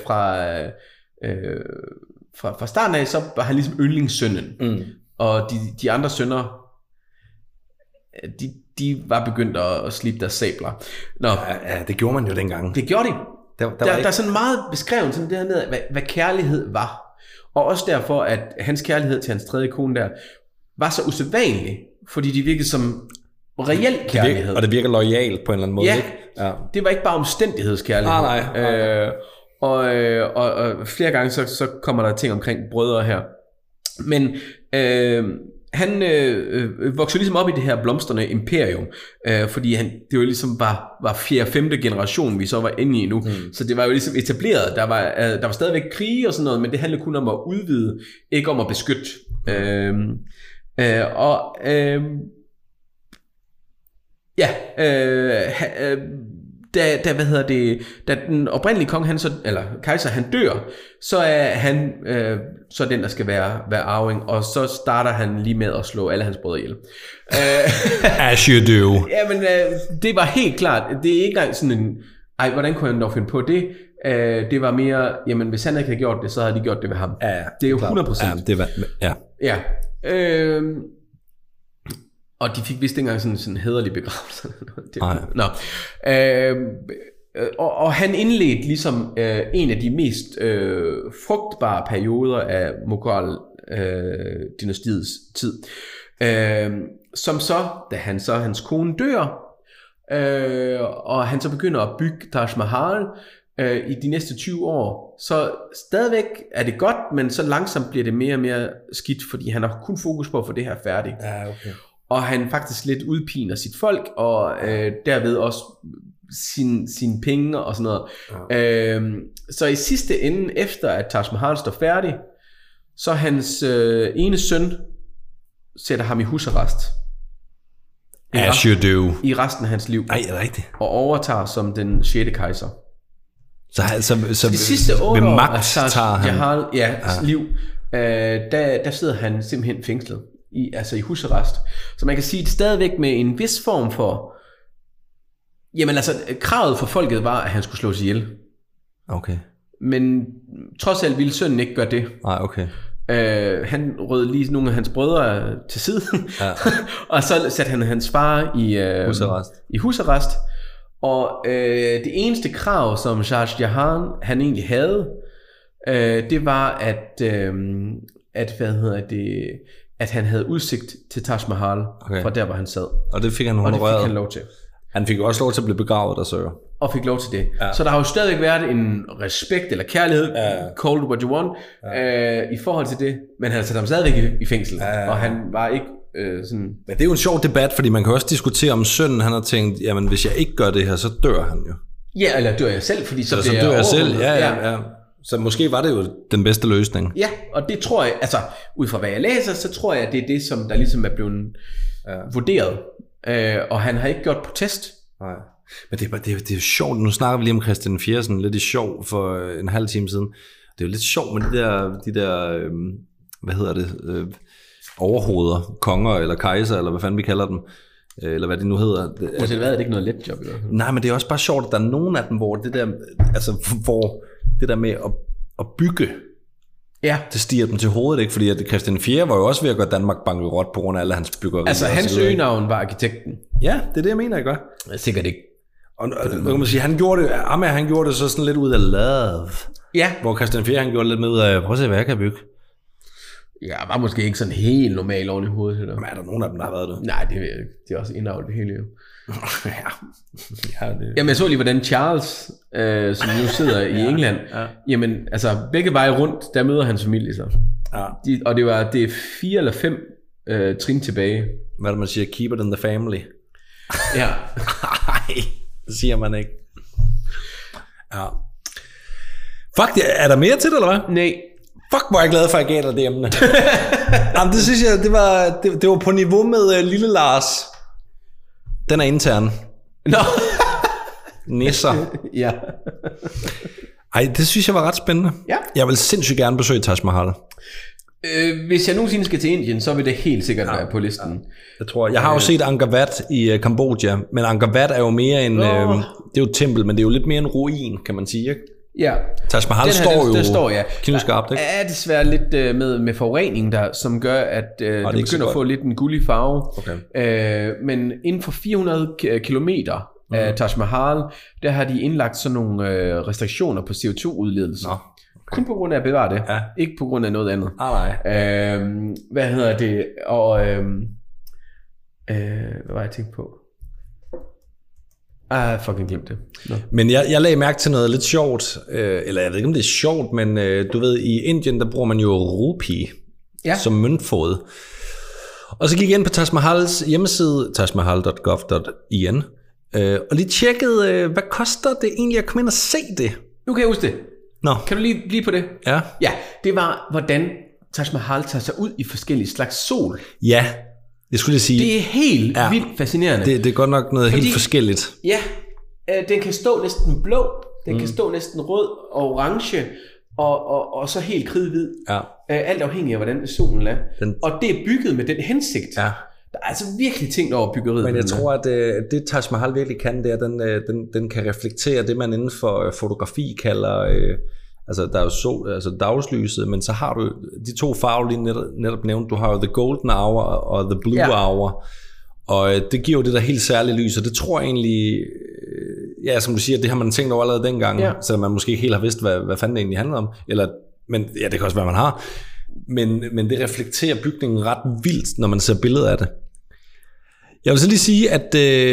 S2: fra starten af, så var han ligesom yndlingssønnen. Og de andre sønner, de var begyndt at slippe deres sabler. Nå.
S1: Ja, det gjorde man jo dengang.
S2: Det gjorde de. Der er sådan meget beskrevet sådan det her med, hvad kærlighed var. Og også derfor, at hans kærlighed til hans tredje kone der, var så usædvanlig, fordi de virkede som reel kærlighed.
S1: Og det virker loyalt på en eller anden måde, ikke?
S2: Ja, det var ikke bare omstændighedskærlighed.
S1: Nej.
S2: Og flere gange så kommer der ting omkring brødre her. Men han voksede ligesom op i det her blomstrende imperium, fordi det jo ligesom var 4. og 5. generation, vi så var inde i nu. Så det var jo ligesom etableret. Der var stadigvæk krige og sådan noget, men det handlede kun om at udvide, ikke om at beskytte. Da den oprindelige konge, eller kejser, han dør, så er han så den, der skal være arving, og så starter han lige med at slå alle hans brødre ihjel.
S1: As you do.
S2: Ja, men det var helt klart, det er ikke engang sådan en, hvordan kunne han dog finde på det? Det var mere, jamen hvis han ikke havde gjort det, så havde de gjort det ved ham.
S1: Ja,
S2: det er jo 100%.
S1: Ja, det var,
S2: ja. Og de fik vist ikke engang sådan en hæderlig begravelse. Og han indledte ligesom en af de mest frugtbare perioder af Mughal-dynastiets tid. Som så, da hans kone dør, og han så begynder at bygge Taj Mahal i de næste 20 år, så stadigvæk er det godt, men så langsomt bliver det mere og mere skidt, fordi han har kun fokus på at få det her færdigt.
S1: Ja, okay.
S2: Og han faktisk lidt udpiner sit folk, og derved også sine penge og sådan noget. Ja. Så i sidste ende, efter at Taj Mahal står færdig, så hans ene søn sætter ham i husarrest.
S1: As you do.
S2: I resten af hans liv.
S1: Nej, er det rigtigt?
S2: Og overtager som den 6. kejser.
S1: Så
S2: de sidste 8 år af
S1: Shah
S2: Jahan liv, der sidder han simpelthen fængslet i husarrest. Så man kan sige, at stadigvæk med en vis form for... Jamen altså, kravet for folket var, at han skulle slås ihjel.
S1: Okay.
S2: Men trods alt ville sønnen ikke gøre det.
S1: Nej, okay.
S2: Han rød lige nogle af hans brødre til side, og så satte han hans far i husarrest. Og det eneste krav, som Shah Jahan han egentlig havde, det var, at han havde udsigt til Taj Mahal, fra der, hvor han sad.
S1: Og det fik han honoreret.
S2: Og det fik han lov til.
S1: Han fik også lov til at blive begravet der, så.
S2: Og fik lov til det. Ja. Så der har jo stadigvæk været en respekt eller kærlighed, call it what you want, i forhold til det. Men han satte ham stadigvæk i fængsel, og han var ikke sådan...
S1: Men det er jo en sjov debat, fordi man kan også diskutere om sønnen, han har tænkt, jamen hvis jeg ikke gør det her, så dør han jo.
S2: Ja, eller dør jeg selv, fordi så
S1: bliver jeg selv, ja. Så måske var det jo den bedste løsning.
S2: Ja, og det tror jeg, altså ud fra hvad jeg læser, så tror jeg, at det er det, som der ligesom er blevet vurderet. Og han har ikke gjort protest.
S1: Nej. Men det er jo sjovt. Nu snakker vi lige om Christian 4. sådan lidt i sjov for en halv time siden. Det er jo lidt sjovt med de der hvad hedder det, overhoveder, konger eller kejser, eller hvad fanden vi kalder dem, eller hvad de nu hedder.
S2: Det er ikke noget let job i hvert fald.
S1: Nej, men det er også bare sjovt, at der er nogen af dem, hvor det der, altså hvor det der med at bygge, det stiger dem til hovedet, ikke? Fordi at Christian 4. var jo også ved at gøre Danmark bankerot på grund af alle hans byggerier.
S2: Altså hans øgenavn var arkitekten.
S1: Ja, det er det, jeg mener, ikke?
S2: Sikkert ikke.
S1: Og kan man sige, han gjorde det så sådan lidt ud af love.
S2: Ja.
S1: Hvor Christian 4. han gjorde lidt med ud af, prøv at se, hvad jeg kan bygge.
S2: Ja, var måske ikke sådan helt normal oven i hovedet. Eller?
S1: Men er der nogen af dem, der har været det?
S2: Nej, det ved jeg ikke. Det er også indavlet det hele jo.
S1: Det...
S2: Jamen jeg så lige, hvordan Charles, som nu sidder i England, jamen altså begge veje rundt, der møder hans familie så. Ja. Og det er 4 eller 5 trin tilbage.
S1: Hvad er det, man siger? Keep it in the family.
S2: Ja.
S1: Nej, det siger man ikke. Ja. Fuck, er der mere til det, eller hvad?
S2: Nej.
S1: Fuck, hvor er jeg glad for, at jeg gav dig det emne. Jamen, det synes jeg, det var på niveau med Lille Lars. Den er intern.
S2: Nå.
S1: Nisser.
S2: Ja.
S1: Ej, det synes jeg var ret spændende.
S2: Ja.
S1: Jeg vil sindssygt gerne besøge Taj Mahal.
S2: Hvis jeg nogensinde skal til Indien, så vil det helt sikkert være på listen. Ja.
S1: Jeg tror, jeg har jo set Angkor Wat i Kambodja, men Angkor Wat er jo mere en, det er jo et tempel, men det er jo lidt mere en ruin, kan man sige, ikke?
S2: Ja.
S1: Taj Mahal står jo knivskarpt, ikke?
S2: Der er desværre lidt med forurening der, som gør, at det begynder at få lidt en gullig farve. Okay. Men inden for 400 kilometer af Taj Mahal, der har de indlagt sådan nogle restriktioner på CO2-udledelse. Okay. Kun på grund af at bevare det, ikke på grund af noget andet. Hvad hedder det? Og hvad var jeg tænkt på? Fucking glemt det. No.
S1: Men jeg lagde mærke til noget lidt sjovt, eller jeg ved ikke om det er sjovt, men du ved, i Indien, der bruger man jo rupee som møntfod. Og så gik jeg ind på Taj Mahals hjemmeside, tajmahal.gov.in, og lige tjekkede, hvad koster det egentlig at komme ind og se det?
S2: Nu kan jeg huske det.
S1: Nå.
S2: Kan du lige blive på det?
S1: Ja.
S2: Ja, det var, hvordan Taj Mahal tager sig ud i forskellige slags sol.
S1: Ja, jeg skulle lige sige.
S2: Det er helt vildt fascinerende.
S1: Det er godt nok noget helt forskelligt.
S2: Ja, den kan stå næsten blå, den kan stå næsten rød og orange, og så helt kridhvid. Ja. Alt afhængig af, hvordan solen er. Og det er bygget med den hensigt. Ja. Der er altså virkelig tænkt over byggeriet.
S1: Men jeg tror, at det Taj Mahal virkelig kan, det er, at den kan reflektere det, man inden for fotografi kalder... Altså der er jo dagslyset, men så har du de to farver lige netop nævnt. Du har jo the golden hour og the blue hour, og det giver jo det der helt særlige lys, og det tror jeg egentlig, som du siger, det har man tænkt over allerede dengang, så man måske ikke helt har vidst, hvad fanden det egentlig handler om, men det kan også være, man har, men det reflekterer bygningen ret vildt, når man ser billeder af det. Jeg vil så lige sige, at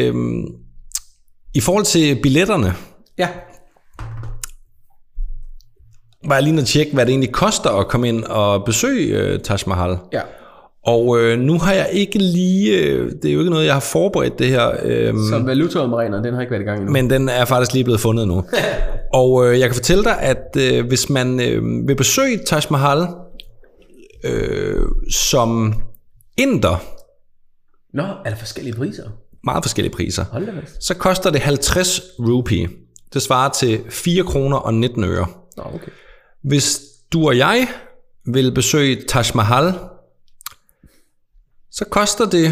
S1: i forhold til billetterne, var jeg lige at tjekke, hvad det egentlig koster at komme ind og besøge Taj Mahal. Ja. Og nu har jeg ikke lige... det er jo ikke noget, jeg har forberedt det her.
S2: Som valutaomregner, den har ikke været i gang endnu.
S1: Men den er faktisk lige blevet fundet nu. Og jeg kan fortælle dig, at hvis man vil besøge Taj Mahal som inder...
S2: Nå, er der forskellige priser?
S1: Meget forskellige priser.
S2: Hold da.
S1: Så koster det 50 rupee. Det svarer til 4 kroner og 19 øre.
S2: Okay.
S1: Hvis du og jeg vil besøge Taj Mahal, så koster det...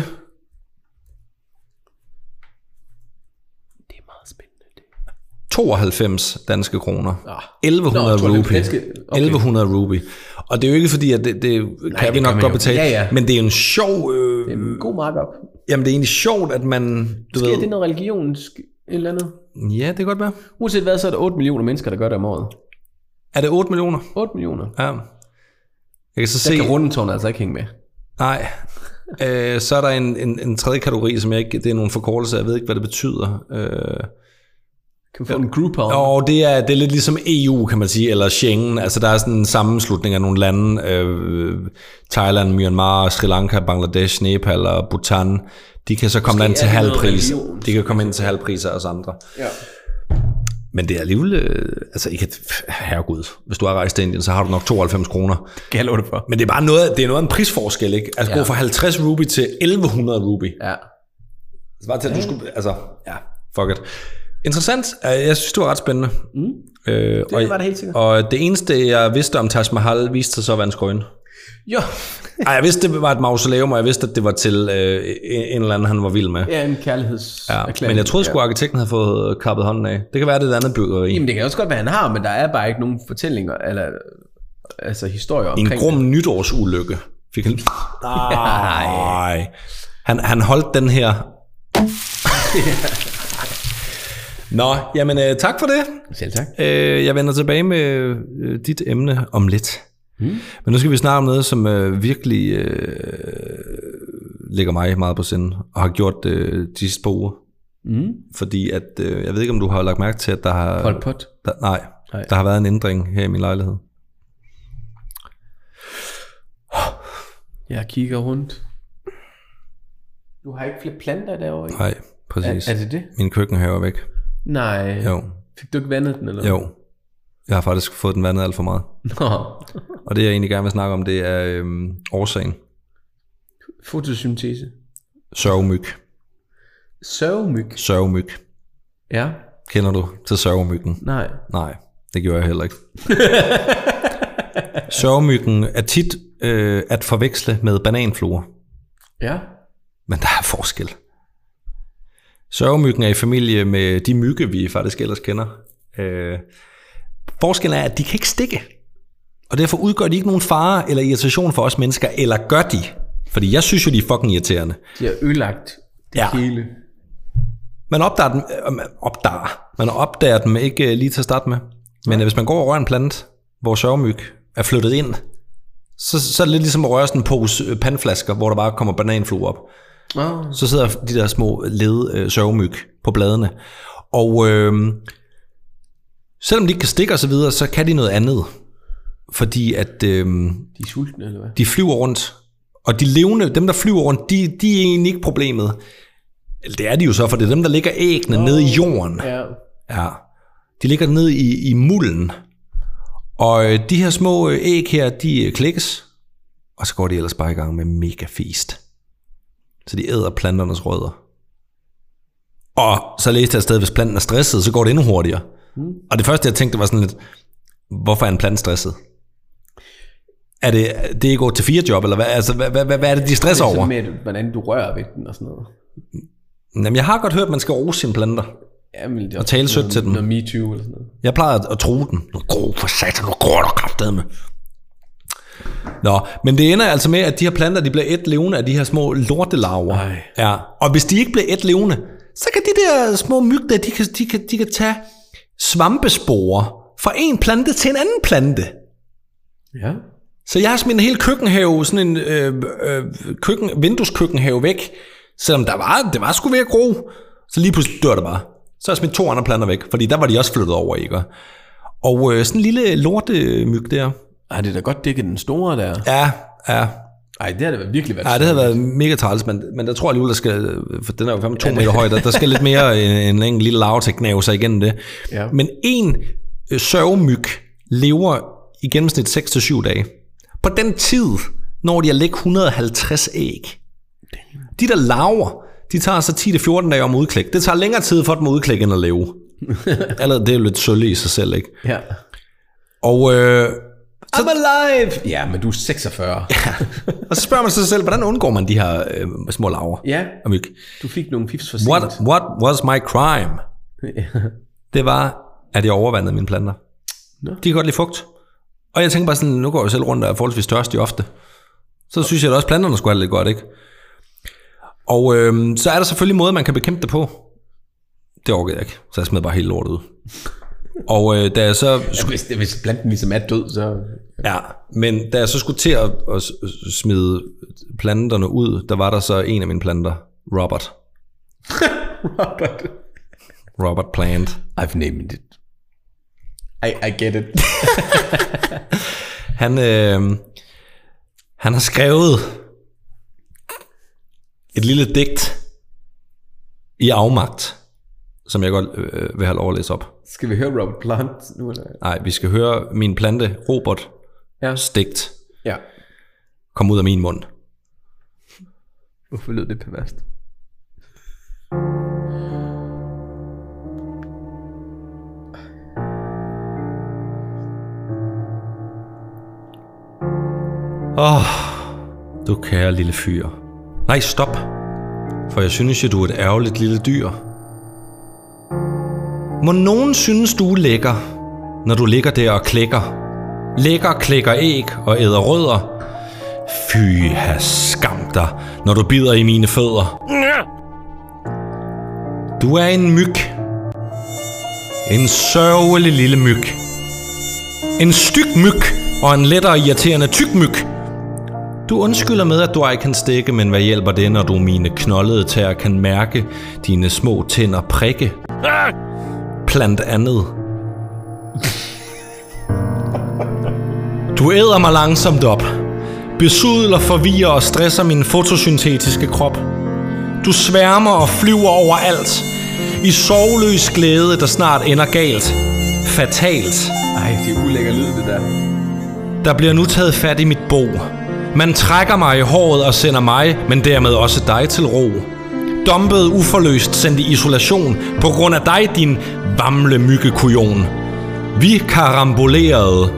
S2: Det er meget spændende.
S1: 92 danske kroner. 1100
S2: Nå,
S1: rupee.
S2: Okay.
S1: 1100 rupee. Og det er jo ikke fordi, at det kan vi nok godt betale.
S2: Ja.
S1: Men det er jo en sjov...
S2: det er en god markup.
S1: Jamen det er egentlig sjovt, at man...
S2: Sker det noget religion? Et eller andet?
S1: Ja, det kan godt være.
S2: Uanset hvad, så er der 8 millioner mennesker, der gør det om året.
S1: Er det 8 millioner?
S2: 8 millioner.
S1: Ja. Jeg kan så se...
S2: Der kan rundetårnet altså ikke hænge med.
S1: Nej. Så er der en tredje kategori, som jeg ikke... Det er nogle forkortelser, jeg ved ikke, hvad det betyder.
S2: Kan vi få en Groupon?
S1: Og det er lidt ligesom EU, kan man sige, eller Schengen. Altså der er sådan en sammenslutning af nogle lande. Thailand, Myanmar, Sri Lanka, Bangladesh, Nepal og Bhutan. De kan så komme ind til halv pris. De kan komme ind til halv pris af os andre.
S2: Ja.
S1: Men det er alligevel... altså ikke et... Herregud. Hvis du er rejst til Indien, så har du nok 92 kroner.
S2: Kan jeg love det for.
S1: Men det er bare noget... Det er noget af en prisforskel, ikke? Altså gå fra 50 rupee til 1100 rupee.
S2: Ja.
S1: Så bare til, at du skulle... Altså, ja, fuck it. Interessant. Jeg synes, det var ret spændende.
S2: Det var det helt sikkert.
S1: Og det eneste, jeg vidste om Taj Mahal, viste sig så at være en skrøne.
S2: Jo.
S1: Ej, jeg vidste, det var et mausoleum, og jeg vidste, at det var til en eller anden, han var vild med.
S2: Ja, en kærlighedserklæring.
S1: Ja, men jeg troede sgu, at arkitekten havde fået kappet hånden af. Det kan være, det er et andet byggeri.
S2: Jamen, det kan også godt være, han har, men der er bare ikke nogen fortællinger, eller altså historier omkring
S1: en grum nytårsulykke. Fik han... Nej. Han holdt den her... Nå, jamen tak for det.
S2: Selv tak.
S1: Jeg vender tilbage med dit emne om lidt. Men nu skal vi snakke om noget, som virkelig ligger mig meget på sinde, og har gjort de sidste par uger. Fordi at, jeg ved ikke, om du har lagt mærke til, at der har...
S2: Pol Pot?
S1: Nej, der har været en ændring her i min lejlighed.
S2: Jeg kigger rundt. Du har ikke flere planter derovre, ikke?
S1: Nej, præcis.
S2: Er det det?
S1: Min køkkenhave er væk.
S2: Nej.
S1: Jo.
S2: Fik du ikke vandet den, eller?
S1: Jo. Jeg har faktisk fået den vandet alt for meget.
S2: Nå.
S1: Og det, jeg egentlig gerne vil snakke om, det er årsagen.
S2: Fotosyntese.
S1: Sørgemyg.
S2: Sørgemyg?
S1: Sørgemyg.
S2: Ja.
S1: Kender du til sørgemyggen?
S2: Nej.
S1: Nej, det gjorde jeg heller ikke. Sørgemyggen er tit at forveksle med bananfluer.
S2: Ja.
S1: Men der er forskel. Sørgemyggen er i familie med de mygge, vi faktisk ellers kender. Forskellen er, at de kan ikke stikke. Og derfor udgør de ikke nogen fare eller irritation for os mennesker, eller gør de? Fordi jeg synes jo, de er fucking irriterende.
S2: De har ødelagt det hele.
S1: Man opdager dem ikke lige til at starte med. Men hvis man går og rører en plante, hvor sørgemyg er flyttet ind, så er det lidt ligesom at røre sådan en pose pandflasker, hvor der bare kommer bananfluer op. Så sidder de der små led sørgemyg på bladene. Og selvom de ikke kan stikke og så videre, så kan de noget andet. Fordi at
S2: de er sultne, eller hvad?
S1: De flyver rundt. Og de levende, dem der flyver rundt, de er egentlig ikke problemet. Det er de jo så, for det er dem, der ligger æggene nede i jorden. Ja. De ligger nede i mulden. Og de her små æg her, de klikkes. Og så går de ellers bare i gang med mega feast. Så de æder planternes rødder. Og så læste jeg et sted, hvis planten er stresset, så går det endnu hurtigere. Og det første, jeg tænkte, var sådan lidt, hvorfor er en plante stresset? Er det går til 4 job, eller hvad? Altså, hvad er det, de stresser over?
S2: Det er med, hvordan du rører ved den og sådan noget.
S1: Jamen, jeg har godt hørt, at man skal rose sine planter.
S2: Jamen, det er
S1: og tale sødt til dem.
S2: Noget MeToo eller sådan noget.
S1: Jeg plejer at true den. Nu går for satan, nu går der kraftedeme. Nå, men det ender altså med, at de her planter, de bliver et levende af de her små lortelarver. Ja. Og hvis de ikke bliver et levende, så kan de der små myg der, de kan tage svampesporer fra en plante til en anden plante.
S2: Ja. Så
S1: jeg har smidt en hel køkkenhave, sådan en vindueskøkkenhave væk, selvom det var sgu ved at gro. Så lige pludselig dør det bare. Så har jeg smidt 2 andre planter væk, fordi der var de også flyttet over, ikke? Og sådan en lille lortemyg der.
S2: Ej, det er da godt dækket den store der.
S1: Ja.
S2: Ej, det har da virkelig været.
S1: Ja, det har været mega træls, men der tror jeg alligevel, der skal, for den er jo 2 meter høj, der skal lidt mere en enkelt lille larve til at knæve sig igennem det. Ja. Men en sørgemyg lever i gennemsnit 6-7 dage. På den tid når de at lægge 150 æg. De der larver, de tager så 10-14 dage om udklæk. Det tager længere tid for dem at udklække end at leve. Allerede det er jo lidt sølle i sig selv, ikke?
S2: Ja.
S1: Og
S2: I'm alive! Ja, men du er 46.
S1: og så spørger man sig selv, hvordan undgår man de her små larver?
S2: Ja,
S1: og myg?
S2: du fik nogle fifs for sent.
S1: What was my crime? Det var, at jeg overvandede mine planter.
S2: Nå.
S1: De kan godt lide fugt. Og jeg tænker bare sådan, nu går jeg selv rundt og er forholdsvis tørstig ofte. Så synes jeg da også, at planterne skulle have det lidt godt, ikke? Og så er der selvfølgelig måder, man kan bekæmpe det på. Det orkede jeg ikke, så jeg smed bare helt lortet ud. Og da jeg så...
S2: Hvis planten ligesom er død, så...
S1: Ja, men da jeg så skulle til at smide planterne ud, der var der så en af mine planter, Robert. Robert Plant.
S2: I've named it. I get it.
S1: Han har skrevet et lille digt i afmagt, som jeg godt vil have lov at læse op.
S2: Skal vi høre Robert Plant nu? Eller?
S1: Nej, vi skal høre min plante, Robert, digt.
S2: Ja.
S1: Kom ud af min mund.
S2: Hvorfor lød det perverst?
S1: Du kære lille fyr. Nej, stop. For jeg synes jo, du er et ærgerligt lille dyr. Må nogen synes, du er lækker, når du ligger der og klækker. Klækker æg og æder rødder. Fy, ha' skam dig, når du bider i mine fødder. Du er en myg. En sørgelig lille myg. En styg myg og en lettere irriterende tyk myg. Du undskylder med, at du ej kan stikke, men hvad hjælper det, når du mine knoldede tæer kan mærke dine små tænder prikke? Blandt andet. Du æder mig langsomt op, besudler, forvirrer og stresser min fotosyntetiske krop. Du sværmer og flyver overalt, i sorgløs glæde, der snart ender galt. Fatalt.
S2: Ej, det er ulækker lyd, det der.
S1: Der bliver nu taget fat i mit bo. Man trækker mig i håret og sender mig, men dermed også dig til ro. Dumpet uforløst, sendt i isolation, på grund af dig, din vamle myggekujon. Vi karambolerede.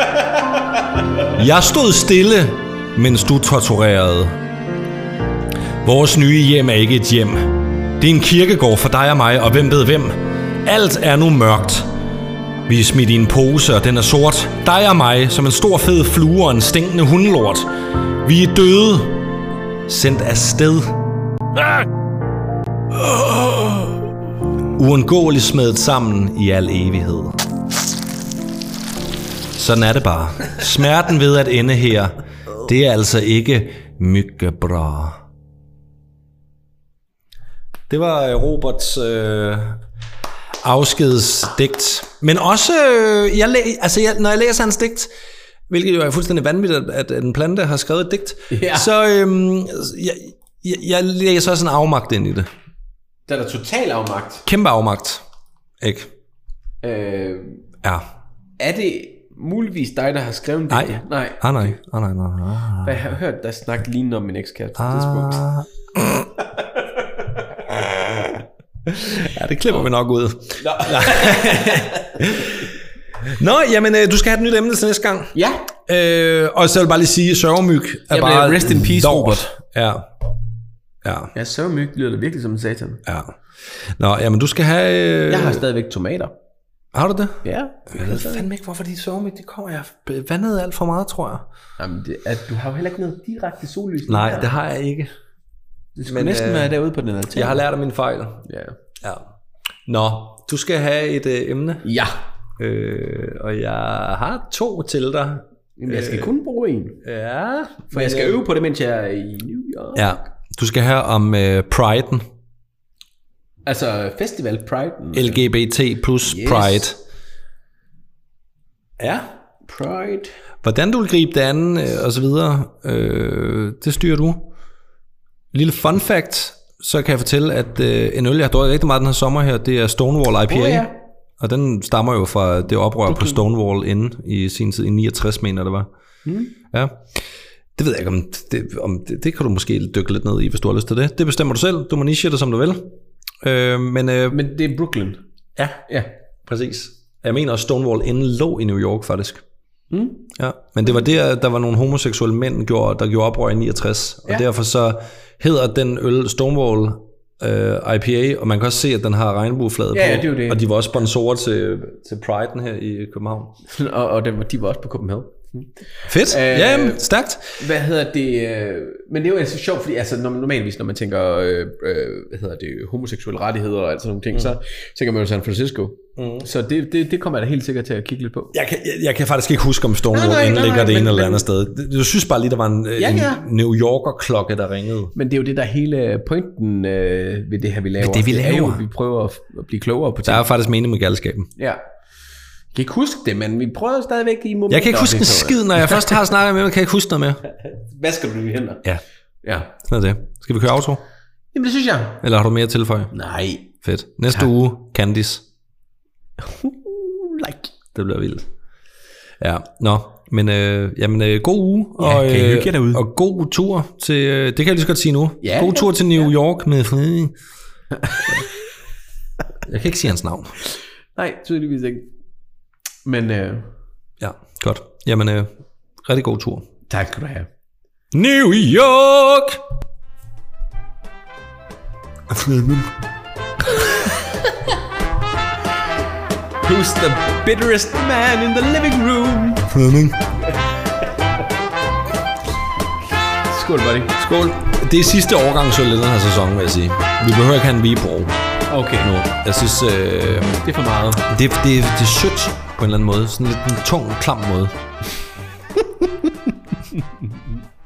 S1: Jeg stod stille, mens du torturerede. Vores nye hjem er ikke et hjem. Det er en kirkegård for dig og mig, og hvem ved hvem. Alt er nu mørkt. Vi er smidt i en pose, og den er sort. Dig og mig, som en stor fed flue og en stinkende hundelort. Vi er døde. Sendt afsted. Uundgåeligt smedet sammen i al evighed. Sådan er det bare. Smerten ved at ende her, det er altså ikke myggebra. Det var Roberts afskedsdigt. Men også, når jeg læser hans digt, hvilket jo er fuldstændig vanvittigt, at en plante har skrevet et digt, så jeg læser også en afmagt ind i det.
S2: Der er der total afmagt.
S1: Kæmpe afmagt. Ikke? Ja.
S2: Er det muligvis dig, der har skrevet det?
S1: Nej.
S2: Nej. Jeg har hørt dig snakke lignende om min ekskæreste på det tidspunkt.
S1: Ja, det klipper vi nok ud. Nå, jamen, du skal have et nyt emne til næste gang.
S2: Ja.
S1: Og så vil jeg bare lige sige, at sørgemyg er bare...
S2: Rest in peace, Robert.
S1: Ja.
S2: Ja, sørgemyg lyder det virkelig som en satan.
S1: Ja. Nå, jamen, du skal have...
S2: Jeg har stadigvæk tomater.
S1: Har du det?
S2: Ja.
S1: Jeg ved fandme ikke, hvorfor de sørgemyg, det kommer. Jeg vandede alt for meget, tror jeg.
S2: Jamen, du har jo heller ikke noget direkte sollys.
S1: Nej, det har jeg ikke.
S2: Det skulle næsten være derude på den altan.
S1: Jeg har lært af mine fejl. Ja. Nå, du skal have et emne.
S2: Ja.
S1: Og jeg har 2 til dig.
S2: Men jeg skal kun bruge en.
S1: Ja.
S2: For jeg skal øve på det, mens jeg er i New York.
S1: Ja, du skal have om Pride'en.
S2: Altså festival Pride'en.
S1: LGBT plus Pride. Ja.
S2: Pride.
S1: Hvordan du vil gribe det an, og så videre, det styrer du. Lille fun fact, så kan jeg fortælle, at en øl, jeg har drukket rigtig meget den her sommer her, det er Stonewall IPA.
S2: Ja.
S1: Og den stammer jo fra det oprør på Stonewall inden i sin tid, i 69, mener det var. Ja. Det ved jeg ikke, det kan du måske dykke lidt ned i, hvis du har lyst til det. Det bestemmer du selv. Du må niche det, som du vil. Men
S2: det er Brooklyn.
S1: Ja, præcis. Jeg mener også Stonewall Inn lå i New York, faktisk. Ja, men det var der var nogle homoseksuelle mænd, der gjorde oprør i 69, og derfor så hedder den øl Stonewall IPA, og man kan også se, at den har regnbueflaget på, det. Og de var også sponsorer til Pride'en her i København.
S2: og de var også på Copenhagen.
S1: Fedt, jamen, stærkt.
S2: Hvad hedder det, men det er jo altså sjovt, fordi altså, normalvis, når man tænker homoseksuelle rettigheder og alt sådan nogle ting, så tænker man jo San Francisco. Så det kommer jeg da helt sikkert til at kigge lidt på.
S1: Jeg kan faktisk ikke huske, om Stonewall Inn ligger det ene eller andet sted. Du synes bare lige, der var en New Yorker-klokke, der ringede.
S2: Men det er jo det, der hele pointen ved det her, vi laver. Det er jo, at vi prøver at blive klogere på ting.
S1: Der er jo faktisk mening med galskaben.
S2: Ja. Jeg kan ikke huske det, men vi prøver stadigvæk i momenter.
S1: Jeg kan ikke huske en skid, når jeg først har snakket med, kan jeg ikke huske noget mere.
S2: Hvad skal du lige hænder?
S1: Ja, sådan er det. Skal vi køre outro?
S2: Jamen det synes jeg.
S1: Eller har du mere at tilføje?
S2: Nej.
S1: Fedt. Næste uge, Candice.
S2: Like.
S1: Det bliver vildt. Ja, men god uge. Og,
S2: kan I hygge jer derude?
S1: Og god tur til, det kan jeg lige så godt sige nu.
S2: Ja,
S1: god tur til New York med jeg kan ikke sige hans navn.
S2: Nej, tydeligvis ikke. Men
S1: ja, godt. Jamen, rigtig god tur.
S2: Tak skal du have.
S1: New York!
S2: Who's the bitterest man in the living room? Skål, buddy.
S1: Skål. Det er sidste årgangsøl i den her sæson, vil jeg sige. Vi behøver ikke have en Vibro.
S2: Okay.
S1: Nu. Jeg synes...
S2: det er for meget.
S1: Det er sødt på en eller anden måde. Sådan lidt en tung, klam måde.